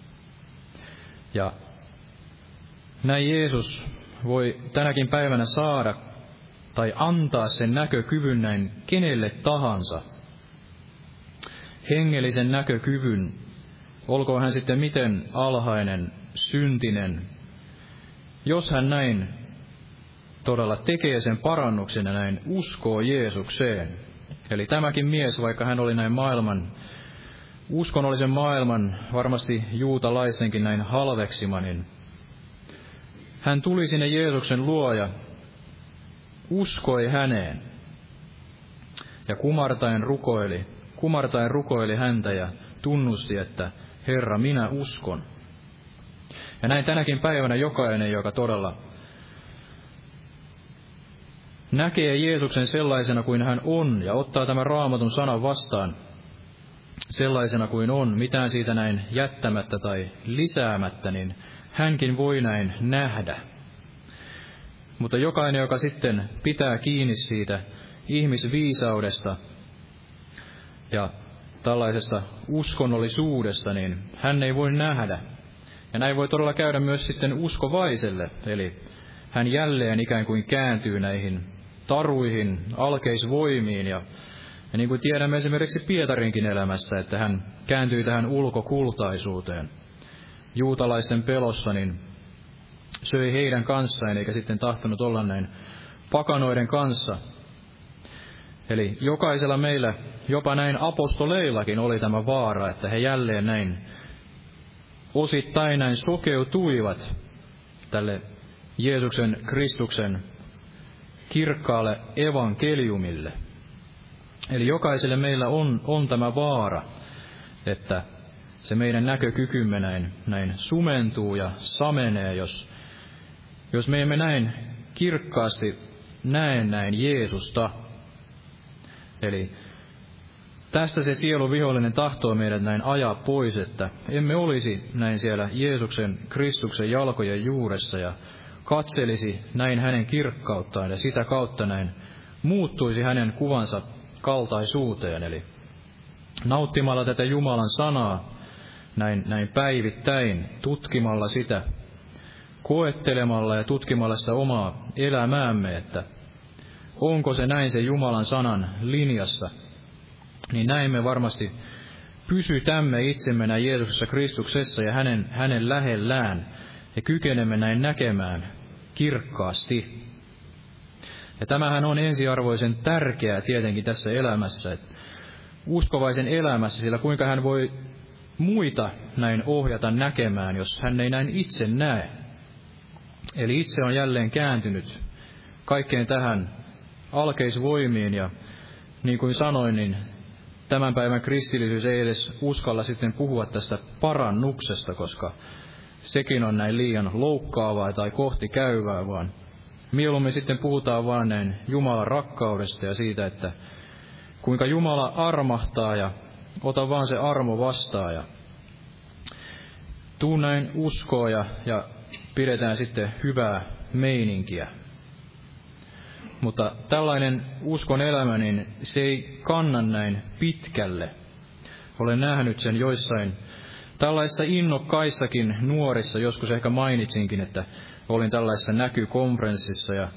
Ja näin Jeesus voi tänäkin päivänä saada tai antaa sen näkökyvyn näin kenelle tahansa. Hengellisen näkökyvyn, olkoon hän sitten miten alhainen, syntinen. Jos hän näin todella tekee sen parannuksen ja näin uskoo Jeesukseen. Eli tämäkin mies, vaikka hän oli näin uskonnollisen maailman, varmasti juutalaistenkin näin halveksima, niin hän tuli sinne Jeesuksen luo ja uskoi häneen. Ja kumartaen rukoili häntä ja tunnusti, että Herra, minä uskon. Ja näin tänäkin päivänä jokainen, joka todella näkee Jeesuksen sellaisena kuin hän on ja ottaa tämän Raamatun sanan vastaan sellaisena kuin on, mitään siitä näin jättämättä tai lisäämättä, niin hänkin voi näin nähdä. Mutta jokainen, joka sitten pitää kiinni siitä ihmisviisaudesta ja tällaisesta uskonnollisuudesta, niin hän ei voi nähdä. Ja näin voi todella käydä myös sitten uskovaiselle, eli hän jälleen ikään kuin kääntyy näihin taruihin, alkeisvoimiin, ja niin kuin tiedämme esimerkiksi Pietarinkin elämästä, että hän kääntyi tähän ulkokultaisuuteen. Juutalaisten pelossa, niin söi heidän kanssaan, eikä sitten tahtonut olla näin pakanoiden kanssa. Eli jokaisella meillä, jopa näin apostoleillakin oli tämä vaara, että he jälleen näin osittain näin sokeutuivat tälle Jeesuksen Kristuksen kirkkaalle evankeliumille. Eli jokaiselle meillä on tämä vaara, että se meidän näkökykymme näin sumentuu ja samenee, jos me emme näin kirkkaasti näe näin Jeesusta. Eli tästä se sielun vihollinen tahtoo meidät näin ajaa pois, että emme olisi näin siellä Jeesuksen, Kristuksen jalkojen juuressa ja katselisi näin hänen kirkkauttaan ja sitä kautta näin muuttuisi hänen kuvansa kaltaisuuteen. Eli nauttimalla tätä Jumalan sanaa näin päivittäin, tutkimalla sitä, koettelemalla ja tutkimalla sitä omaa elämäämme, että onko se näin se Jumalan sanan linjassa, niin näin me varmasti pysytämme itsemme näin Jeesuksessa Kristuksessa ja hänen lähellään ja kykenemme näin näkemään kirkkaasti. Ja tämähän on ensiarvoisen tärkeää tietenkin tässä elämässä, että uskovaisen elämässä, sillä kuinka hän voi muita näin ohjata näkemään, jos hän ei näin itse näe. Eli itse on jälleen kääntynyt kaikkeen tähän alkeisvoimiin ja niin kuin sanoin, niin tämän päivän kristillisyys ei edes uskalla sitten puhua tästä parannuksesta, koska sekin on näin liian loukkaavaa tai kohti käyvää, vaan mieluummin sitten puhutaan vaan näin Jumalan rakkaudesta ja siitä, että kuinka Jumala armahtaa ja ota vaan se armo vastaan ja tuu näin uskoa ja pidetään sitten hyvää meininkiä. Mutta tällainen uskon elämä, niin se ei kanna näin pitkälle. Olen nähnyt sen joissain tällaisissa innokkaissakin nuorissa, joskus ehkä mainitsinkin, että olin tällaisessa näkykonferenssissa ja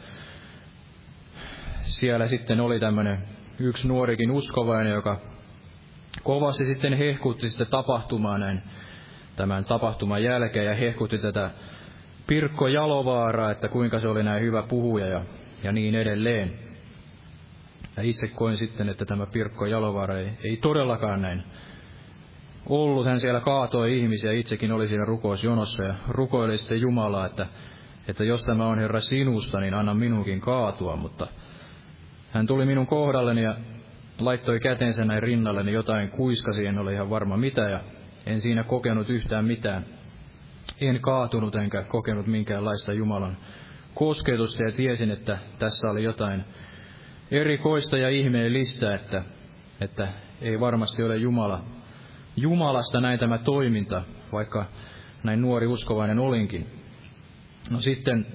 siellä sitten oli tämmöinen yksi nuorikin uskovainen, joka kovasti sitten hehkutti sitä tapahtumaa näin tämän tapahtuman jälkeen ja hehkutti tätä Pirkko Jalovaaraa, että kuinka se oli näin hyvä puhuja ja niin edelleen. Ja itse koin sitten, että tämä Pirkko Jalovaara ei todellakaan näin ollut. Hän siellä kaatoi ihmisiä, itsekin oli siinä rukousjonossa ja rukoili sitten Jumalaa, että jos tämä on Herra sinusta, niin anna minunkin kaatua. Mutta hän tuli minun kohdalleni ja laittoi kätensä näin rinnalleni, jotain kuiskasi, en ole ihan varma mitä ja en siinä kokenut yhtään mitään. En kaatunut enkä kokenut minkäänlaista Jumalan kosketusta ja tiesin, että tässä oli jotain erikoista ja ihmeellistä, että ei varmasti ole Jumalasta näin tämä toiminta, vaikka näin nuori uskovainen olinkin. No sitten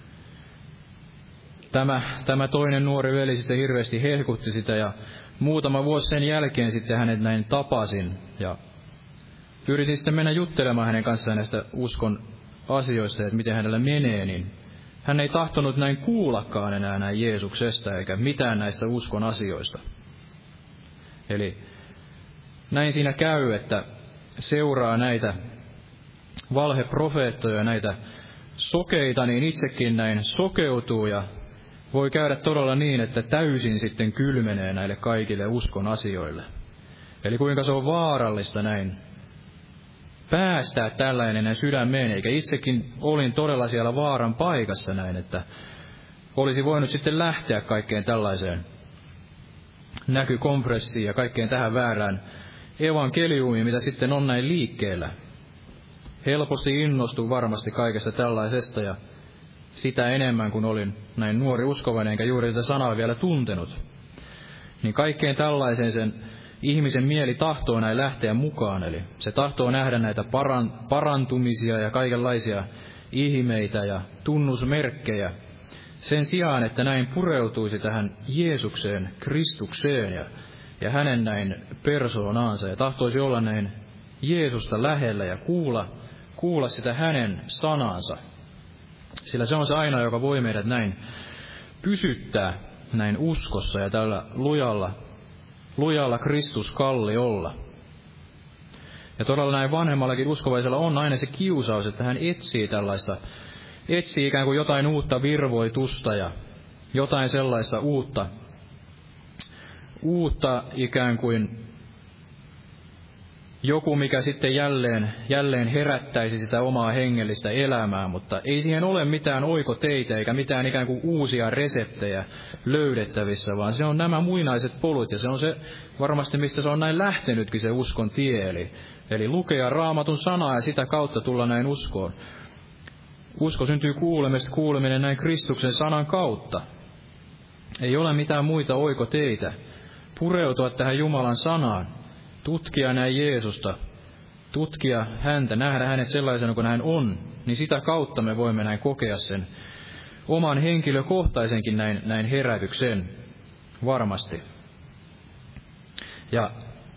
tämä toinen nuori veli sitten hirveästi hehkutti sitä ja muutama vuosi sen jälkeen sitten hänet näin tapasin ja yritin sitten mennä juttelemaan hänen kanssaan näistä uskon asioista, että miten hänellä menee, niin hän ei tahtonut näin kuullakaan enää näin Jeesuksesta eikä mitään näistä uskon asioista. Eli näin siinä käy, että seuraa näitä valheprofeettoja, näitä sokeita, niin itsekin näin sokeutuu ja voi käydä todella niin, että täysin sitten kylmenee näille kaikille uskon asioille. Eli kuinka se on vaarallista näin päästää tällainen näin sydämeen, eikä itsekin olin todella siellä vaaran paikassa näin, että olisi voinut sitten lähteä kaikkeen tällaiseen näkykonferenssiin ja kaikkeen tähän väärään evankeliumiin, mitä sitten on näin liikkeellä. Helposti innostui varmasti kaikesta tällaisesta ja sitä enemmän, kun olin näin nuori uskovainen, enkä juuri tätä sanaa vielä tuntenut. Niin kaikkeen tällaiseen sen ihmisen mieli tahtoo näin lähteä mukaan, eli se tahtoo nähdä näitä parantumisia ja kaikenlaisia ihmeitä ja tunnusmerkkejä, sen sijaan, että näin pureutuisi tähän Jeesukseen, Kristukseen ja hänen näin persoonaansa, ja tahtoisi olla näin Jeesusta lähellä ja kuulla sitä hänen sanansa. Sillä se on se ainoa, joka voi meidät näin pysyttää näin uskossa ja tällä lujalla Kristuskalliolla. Ja todella näin vanhemmallakin uskovaisella on aina se kiusaus, että hän etsii ikään kuin jotain uutta virvoitusta ja jotain sellaista uutta ikään kuin joku, mikä sitten jälleen herättäisi sitä omaa hengellistä elämää, mutta ei siihen ole mitään oikoteitä eikä mitään ikään kuin uusia reseptejä löydettävissä, vaan se on nämä muinaiset polut ja se on se varmasti, mistä se on näin lähtenytkin se uskon tie, eli lukea Raamatun sanaa ja sitä kautta tulla näin uskoon. Usko syntyy kuuleminen näin Kristuksen sanan kautta. Ei ole mitään muita oikoteitä. pureutua tähän Jumalan sanaan, tutkia näin Jeesusta, tutkia häntä, nähdä hänet sellaisena kuin hän on, niin sitä kautta me voimme näin kokea sen oman henkilökohtaisenkin näin herätyksen varmasti. Ja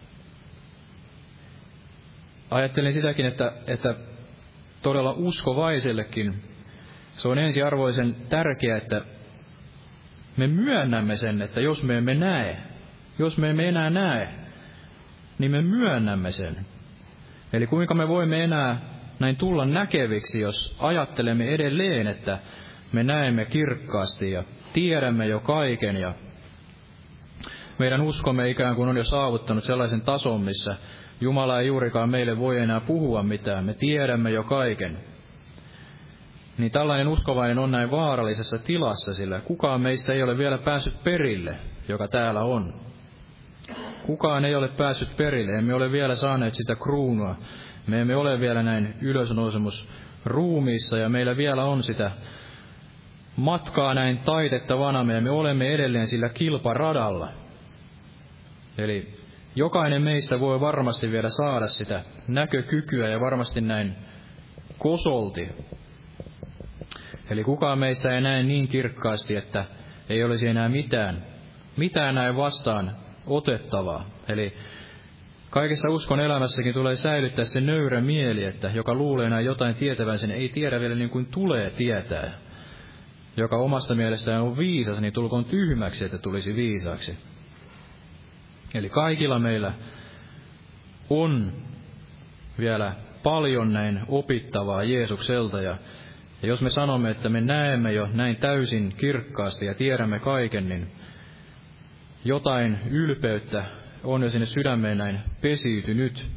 ajattelin sitäkin, että todella uskovaisellekin se on ensiarvoisen tärkeää, että me myönnämme sen, että jos me emme enää näe, niin me myönnämme sen. Eli kuinka me voimme enää näin tulla näkeviksi, jos ajattelemme edelleen, että me näemme kirkkaasti ja tiedämme jo kaiken ja meidän uskomme ikään kuin on jo saavuttanut sellaisen tason, missä Jumala ei juurikaan meille voi enää puhua mitään. Me tiedämme jo kaiken. Niin tällainen uskovainen on näin vaarallisessa tilassa, sillä kukaan meistä ei ole vielä päässyt perille, joka täällä on. Kukaan ei ole päässyt perille, emme ole vielä saaneet sitä kruunua. Me emme ole vielä näin ylösnousemus ruumiissa ja meillä vielä on sitä matkaa näin taitettavana ja me olemme edelleen sillä kilparadalla. Eli jokainen meistä voi varmasti vielä saada sitä näkökykyä ja varmasti näin kosolti. Eli kukaan meistä ei näe niin kirkkaasti, että ei olisi enää mitään näin vastaan otettavaa. Eli kaikessa uskon elämässäkin tulee säilyttää se nöyrä mieli, että joka luulee näin jotain tietävän, sen ei tiedä vielä niin kuin tulee tietää. Joka omasta mielestään on viisas, niin tulkoon tyhmäksi, että tulisi viisaaksi. Eli kaikilla meillä on vielä paljon näin opittavaa Jeesukselta. Ja jos me sanomme, että me näemme jo näin täysin kirkkaasti ja tiedämme kaiken, niin jotain ylpeyttä on jo sinne sydämeen näin pesiytynyt.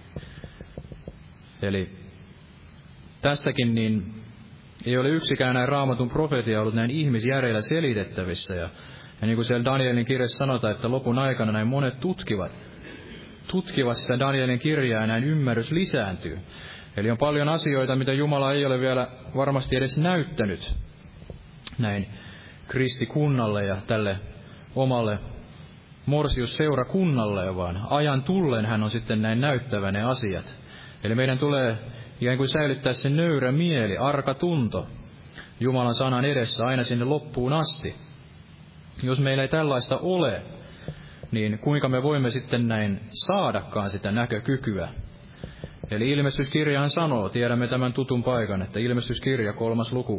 Eli tässäkin niin ei ole yksikään näin Raamatun profeetia ollut näin ihmisjärjellä selitettävissä. Ja niin kuin siellä Danielin kirjassa sanotaan, että lopun aikana näin monet tutkivat sitä Danielin kirjaa ja näin ymmärrys lisääntyy. Eli on paljon asioita, mitä Jumala ei ole vielä varmasti edes näyttänyt näin kristikunnalle ja tälle omalle Morsius-seurakunnalle, vaan ajan tullen hän on sitten näin näyttävä ne asiat. Eli meidän tulee ikään kuin säilyttää se nöyrä mieli, arka tunto Jumalan sanan edessä aina sinne loppuun asti. Jos meillä ei tällaista ole, niin kuinka me voimme sitten näin saadakaan sitä näkökykyä? Eli ilmestyskirjahan sanoo, tiedämme tämän tutun paikan, että ilmestyskirja 3. luku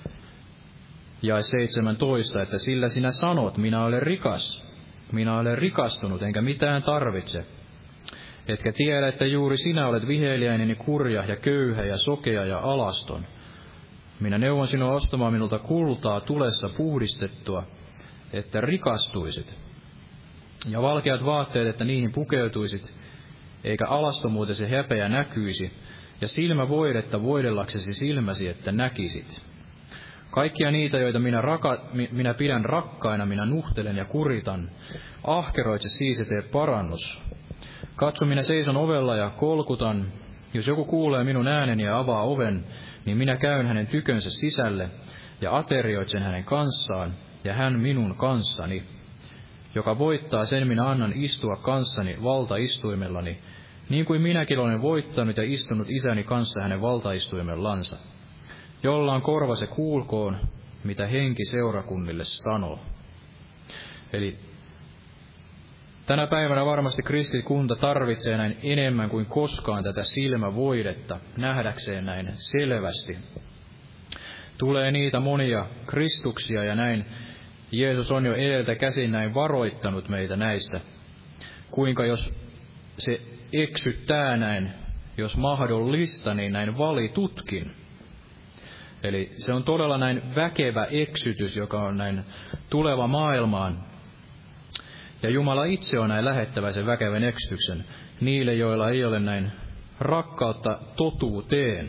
jae 17, että sillä sinä sanot, minä olen rikas, minä olen rikastunut, enkä mitään tarvitse. Etkä tiedä, että juuri sinä olet viheliäinen, kurja ja köyhä ja sokea ja alaston. Minä neuvon sinua ostamaan minulta kultaa tulessa puhdistettua, että rikastuisit. Ja valkeat vaatteet, että niihin pukeutuisit, eikä alastomuutesi häpeä näkyisi, ja silmävoidetta voidellaksesi silmäsi, että näkisit. Kaikkia niitä, joita minä pidän rakkaina, minä nuhtelen ja kuritan. Ahkeroitse siis ja tee parannus. Katso, minä seison ovella ja kolkutan. Jos joku kuulee minun ääneni ja avaa oven, niin minä käyn hänen tykönsä sisälle ja aterioitsen hänen kanssaan ja hän minun kanssani. Joka voittaa, sen minä annan istua kanssani valtaistuimellani, niin kuin minäkin olen voittanut ja istunut isäni kanssa hänen valtaistuimellansa. Jolla on korva, se kuulkoon, mitä henki seurakunnille sanoo. Eli tänä päivänä varmasti kristikunta tarvitsee näin enemmän kuin koskaan tätä silmävoidetta nähdäkseen näin selvästi. Tulee niitä monia kristuksia ja näin Jeesus on jo edeltä käsin näin varoittanut meitä näistä. Kuinka jos se eksyttää näin, jos mahdollista, niin näin valitutkin. Eli se on todella näin väkevä eksytys, joka on näin tuleva maailmaan. Ja Jumala itse on näin lähettävä sen väkevän eksytyksen niille, joilla ei ole näin rakkautta totuuteen.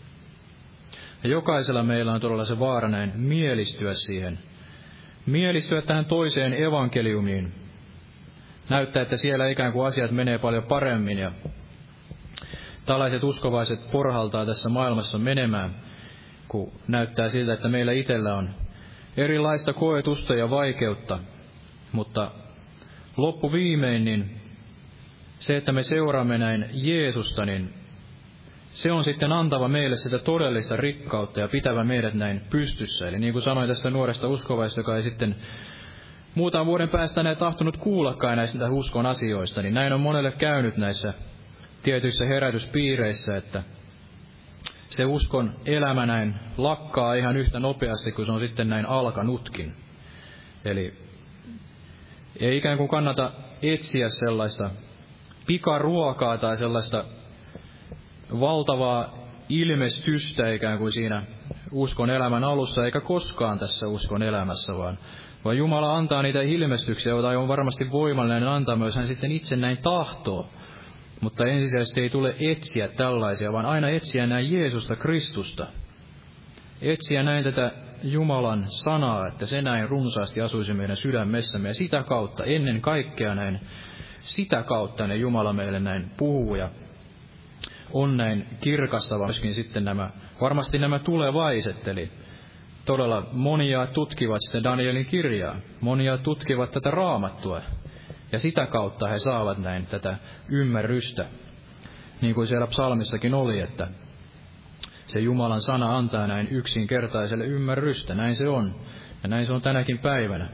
Ja jokaisella meillä on todella se vaara näin mielistyä siihen. Mielistyä tähän toiseen evankeliumiin. Näyttää, että siellä ikään kuin asiat menee paljon paremmin ja tällaiset uskovaiset porhaltaa tässä maailmassa menemään, kun näyttää siltä, että meillä itsellä on erilaista koetusta ja vaikeutta, mutta loppuviimein, niin se, että me seuraamme näin Jeesusta, niin se on sitten antava meille sitä todellista rikkautta ja pitävä meidät näin pystyssä. Eli niin kuin sanoin tästä nuoresta uskovaista, joka ei sitten muutaman vuoden päästä enää tahtonut kuullakaan näistä uskon asioista, niin näin on monelle käynyt näissä tietyissä herätyspiireissä, että se uskon elämä näin lakkaa ihan yhtä nopeasti, kuin se on sitten näin alkanutkin. Eli ei ikään kuin kannata etsiä sellaista pikaruokaa tai sellaista valtavaa ilmestystä ikään kuin siinä uskon elämän alussa, eikä koskaan tässä uskon elämässä, vaan Jumala antaa niitä ilmestyksiä, joita on varmasti voimallinen antaa myös hän sitten itse näin tahtoo. Mutta ensisijaisesti ei tule etsiä tällaisia, vaan aina etsiä näin Jeesusta Kristusta. Etsiä näin tätä Jumalan sanaa, että se näin runsaasti asuisi meidän sydämessämme. Ja sitä kautta, ennen kaikkea näin, sitä kautta ne Jumala meille näin puhuu ja on näin kirkastava myöskin sitten varmasti nämä tulevaiset, eli todella monia tutkivat sitten Danielin kirjaa, monia tutkivat tätä Raamattua, ja sitä kautta he saavat näin tätä ymmärrystä, niin kuin siellä psalmissakin oli, että se Jumalan sana antaa näin yksinkertaiselle ymmärrystä, näin se on, ja näin se on tänäkin päivänä.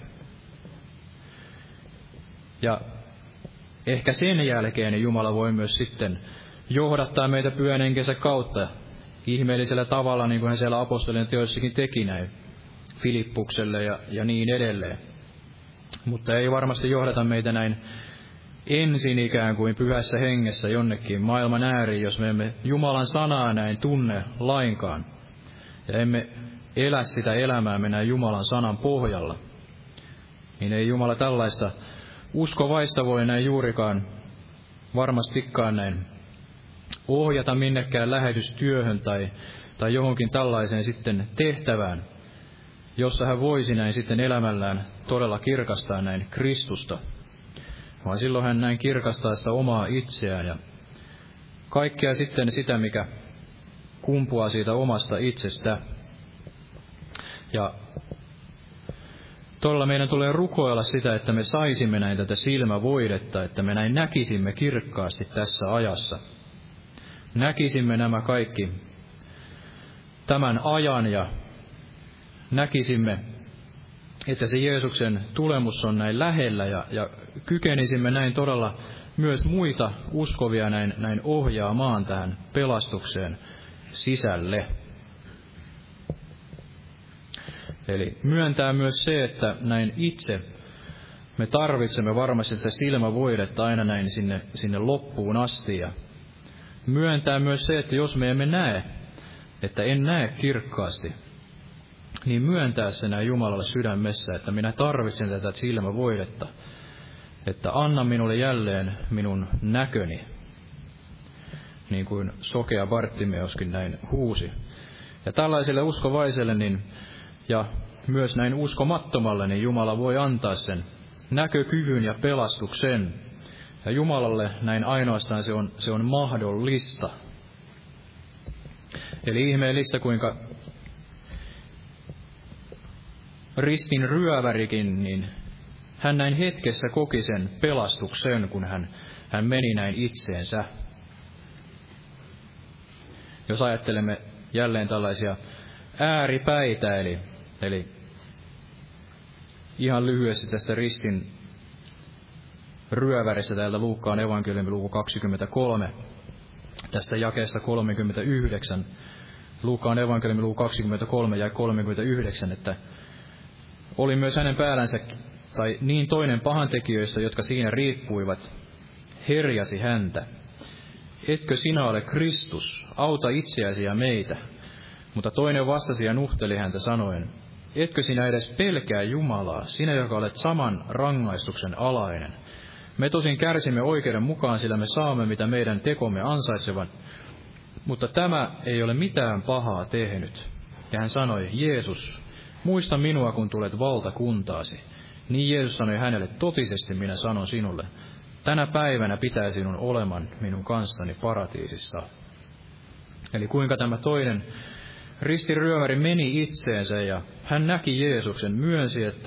Ja ehkä sen jälkeen Jumala voi myös sitten johdattaa meitä Pyhän Henkensä kautta ihmeellisellä tavalla, niin kuin hän siellä apostolien teoissakin teki näin Filippukselle ja niin edelleen. Mutta ei varmasti johdata meitä näin ensin ikään kuin Pyhässä Hengessä jonnekin maailman ääriin, jos me emme Jumalan sanaa näin tunne lainkaan. Ja emme elä sitä elämää näin Jumalan sanan pohjalla. Niin ei Jumala tällaista uskovaista voi näin juurikaan varmastikaan näin ohjata minnekään lähetystyöhön tai johonkin tällaiseen sitten tehtävään, jossa hän voisi näin sitten elämällään todella kirkastaa näin Kristusta. Vaan silloin hän näin kirkastaa sitä omaa itseään ja kaikkea sitten sitä, mikä kumpuaa siitä omasta itsestä. Ja todella meidän tulee rukoilla sitä, että me saisimme näin tätä silmävoidetta, että me näin näkisimme kirkkaasti tässä ajassa. Näkisimme nämä kaikki tämän ajan ja näkisimme, että se Jeesuksen tulemus on näin lähellä ja kykenisimme näin todella myös muita uskovia näin ohjaamaan tähän pelastukseen sisälle. Eli myöntää myös se, että näin itse me tarvitsemme varmasti sitä silmävoidetta aina näin sinne loppuun asti ja myöntää myös se, että jos me emme näe, että en näe kirkkaasti, niin myöntää se näin Jumalalle sydämessä, että minä tarvitsen tätä silmävoidetta, että anna minulle jälleen minun näköni, niin kuin sokea Bartimeoskin näin huusi. Ja tällaiselle uskovaiselle ja myös näin uskomattomalle, niin Jumala voi antaa sen näkökyvyn ja pelastuksen. Ja Jumalalle näin ainoastaan se on mahdollista. Eli ihmeellistä, kuinka ristin ryövärikin, niin hän näin hetkessä koki sen pelastuksen, kun hän meni näin itseensä. Jos ajattelemme jälleen tällaisia ääripäitä, eli ihan lyhyesti tästä ristin ryöväristä täältä Luukkaan evankeliumin luku 23, tästä jakeesta 39, Luukkaan evankeliumin luku 23 ja 39, että oli myös hänen päällänsä, tai niin toinen pahantekijöistä, jotka siinä riippuivat, herjasi häntä. Etkö sinä ole Kristus, auta itseäsi ja meitä? Mutta toinen vastasi ja nuhteli häntä sanoen, etkö sinä edes pelkää Jumalaa, sinä joka olet saman rangaistuksen alainen? Me tosin kärsimme oikeuden mukaan, sillä me saamme, mitä meidän tekomme ansaitsevat, mutta tämä ei ole mitään pahaa tehnyt. Ja hän sanoi, Jeesus, muista minua, kun tulet valtakuntaasi. Niin Jeesus sanoi hänelle, totisesti minä sanon sinulle, tänä päivänä pitää sinun oleman minun kanssani paratiisissa. Eli kuinka tämä toinen ristiryöväri meni itseensä ja hän näki Jeesuksen, myönsi, että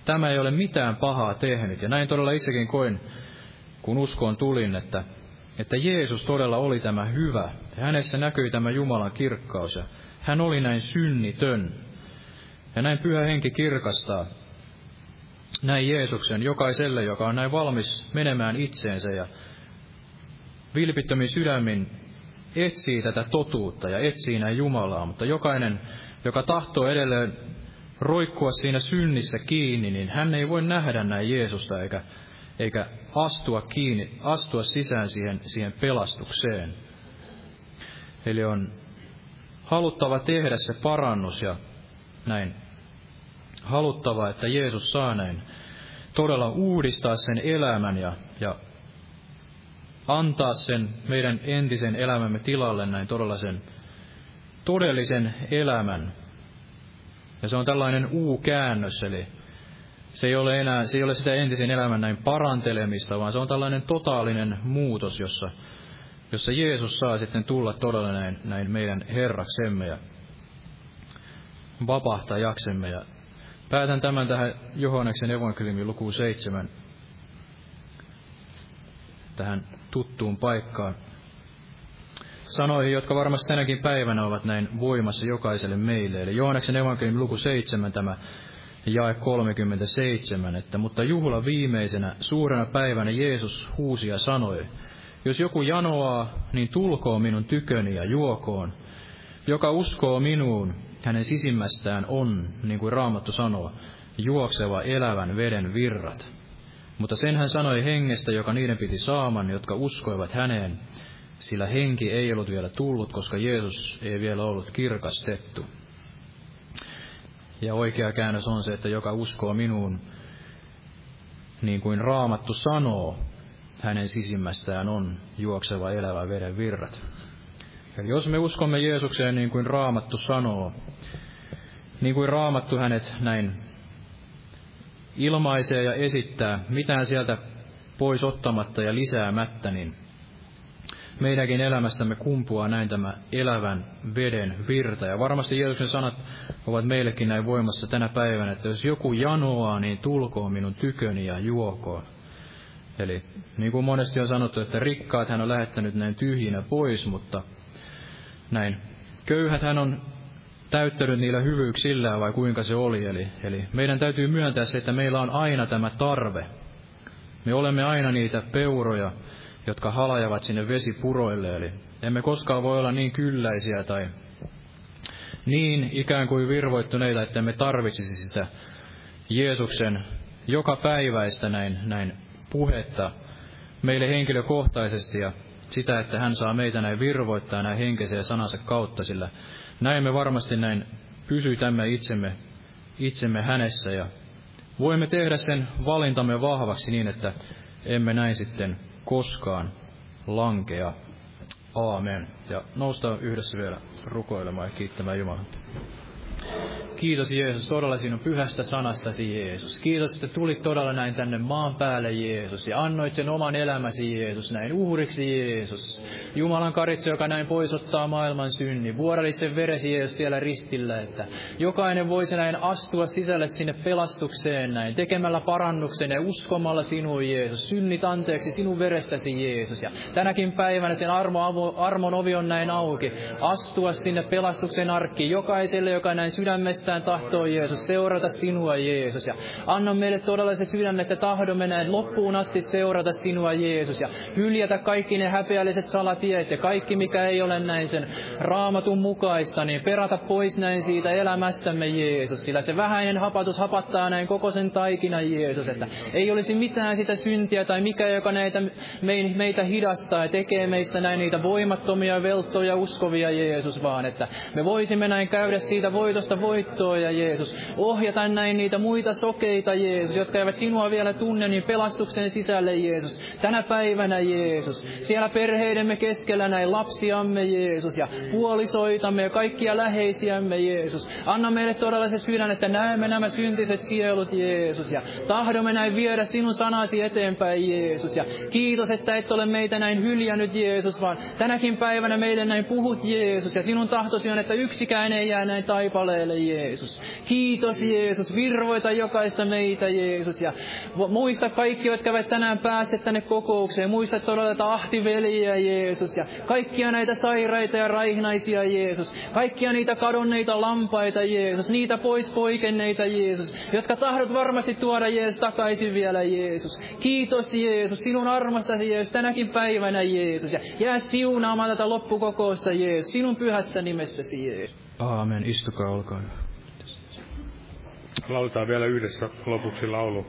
tämä ei ole mitään pahaa tehnyt. Ja näin todella itsekin koin, kun uskoon tulin, että Jeesus todella oli tämä hyvä. Ja hänessä näkyi tämä Jumalan kirkkaus, ja hän oli näin synnitön. Ja näin Pyhä Henki kirkastaa näin Jeesuksen jokaiselle, joka on näin valmis menemään itseensä ja vilpittömin sydämin etsii tätä totuutta ja etsii näin Jumalaa. Mutta jokainen, joka tahtoo edelleen roikkua siinä synnissä kiinni, niin hän ei voi nähdä näin Jeesusta eikä astua sisään siihen pelastukseen. Eli on haluttava tehdä se parannus ja näin haluttava, että Jeesus saa näin todella uudistaa sen elämän ja antaa sen meidän entisen elämämme tilalle näin todella sen todellisen elämän. Ja se on tällainen U-käännös, eli se ei ole sitä entisen elämän näin parantelemista, vaan se on tällainen totaalinen muutos, jossa Jeesus saa sitten tulla todella näin meidän Herraksemme ja vapahtajaksemme. Ja päätän tämän tähän Johanneksen evankeliumin lukuun 7, tähän tuttuun paikkaan. Sanoihin, jotka varmasti tänäkin päivänä ovat näin voimassa jokaiselle meille. Eli Johanneksen evankeliumin luku 7, tämä jae 37, että mutta juhla viimeisenä suurena päivänä Jeesus huusi ja sanoi, jos joku janoaa, niin tulkoon minun tyköni ja juokoon. Joka uskoo minuun, hänen sisimmästään on, niin kuin Raamattu sanoo, juokseva elävän veden virrat. Mutta sen hän sanoi hengestä, joka niiden piti saaman, jotka uskoivat häneen, sillä henki ei ollut vielä tullut, koska Jeesus ei vielä ollut kirkastettu. Ja oikea käännös on se, että joka uskoo minuun, niin kuin Raamattu sanoo, hänen sisimmästään on juokseva elävä veden virrat. Eli jos me uskomme Jeesukseen niin kuin Raamattu sanoo, niin kuin Raamattu hänet näin ilmaisee ja esittää, mitään sieltä pois ottamatta ja lisäämättä, niin meidänkin elämästämme kumpuaa näin tämä elävän veden virta. Ja varmasti Jeesuksen sanat ovat meillekin näin voimassa tänä päivänä, että jos joku janoaa, niin tulkoon minun tyköni ja juokoon. Eli niin kuin monesti on sanottu, että rikkaat hän on lähettänyt näin tyhjinä pois, mutta näin köyhät hän on täyttänyt niillä hyvyyksillään, vai kuinka se oli. Eli meidän täytyy myöntää se, että meillä on aina tämä tarve. Me olemme aina niitä peuroja, jotka halajavat sinne vesipuroille. Eli emme koskaan voi olla niin kylläisiä tai niin ikään kuin virvoittuneita, että me tarvitsisi sitä Jeesuksen joka päiväistä näin puhetta meille henkilökohtaisesti ja sitä, että hän saa meitä näin virvoittaa näin henkisen ja sanansa kautta, sillä näin me varmasti näin pysytämme itsemme hänessä ja voimme tehdä sen valintamme vahvaksi niin, että emme näin sitten koskaan lankea. Aamen. Ja noustaan yhdessä vielä rukoilemaan ja kiittämään Jumalaa. Kiitos Jeesus todella sinun pyhästä sanastasi Jeesus. Kiitos, että tulit todella näin tänne maan päälle Jeesus ja annoit sen oman elämäsi Jeesus näin uhriksi Jeesus. Jumalan karitse, joka näin poisottaa maailman synnin. Vuodalit sen veresi Jeesus siellä ristillä, että jokainen voisi näin astua sisälle sinne pelastukseen näin tekemällä parannuksen ja uskomalla sinuun Jeesus. Synnit anteeksi sinun verestäsi Jeesus ja tänäkin päivänä sen armon ovi on näin auki. Astua sinne pelastuksen arkkiin jokaiselle, joka näin sydämestä tahtoo Jeesus, seurata sinua Jeesus ja anna meille todella se sydän, että tahdomme näin loppuun asti seurata sinua Jeesus ja hyljätä kaikki ne häpeälliset salatiet ja kaikki mikä ei ole näin sen Raamatun mukaista, niin perata pois näin siitä elämästämme Jeesus, sillä se vähäinen hapatus hapattaa näin koko sen taikina Jeesus, että ei olisi mitään sitä syntiä tai mikä joka meitä hidastaa ja tekee meistä näin niitä voimattomia, velttoja, uskovia Jeesus, vaan että me voisimme näin käydä siitä voitosta voittoa ja Jeesus, ohjata näin niitä muita sokeita Jeesus, jotka eivät sinua vielä tunne, niin pelastuksen sisälle Jeesus. Tänä päivänä Jeesus, siellä perheidemme keskellä näin lapsiamme Jeesus ja puolisoitamme ja kaikkia läheisiämme Jeesus. Anna meille todella se sydän, että näemme nämä syntiset sielut Jeesus ja tahdomme näin viedä sinun sanasi eteenpäin Jeesus. Ja kiitos, että et ole meitä näin hyljännyt Jeesus, vaan tänäkin päivänä meille näin puhut Jeesus ja sinun tahtosi on, että yksikään ei jää näin taipaleelle Jeesus. Jeesus. Kiitos Jeesus, virvoita jokaista meitä Jeesus. Ja muista kaikki, jotka ovat tänään päässeet tänne kokoukseen. Muista todella tätä ahtiveliä Jeesus. Ja kaikkia näitä sairaita ja raihnaisia Jeesus. Kaikkia niitä kadonneita lampaita Jeesus. Niitä pois poikenneita Jeesus. Jotka tahdot varmasti tuoda Jeesus takaisin vielä Jeesus. Kiitos Jeesus, sinun armostasi Jeesus tänäkin päivänä Jeesus. Ja jää siunaamaan tätä loppukokousta Jeesus. Sinun pyhässä nimessäsi Jeesus. Aamen. Istukaa, olkaa hyvä. Lauletaan vielä yhdessä lopuksi laulu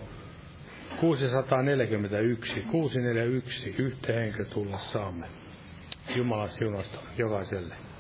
641. 641. Yhteen henkilö tulla saamme. Jumalan siunausta jokaiselle.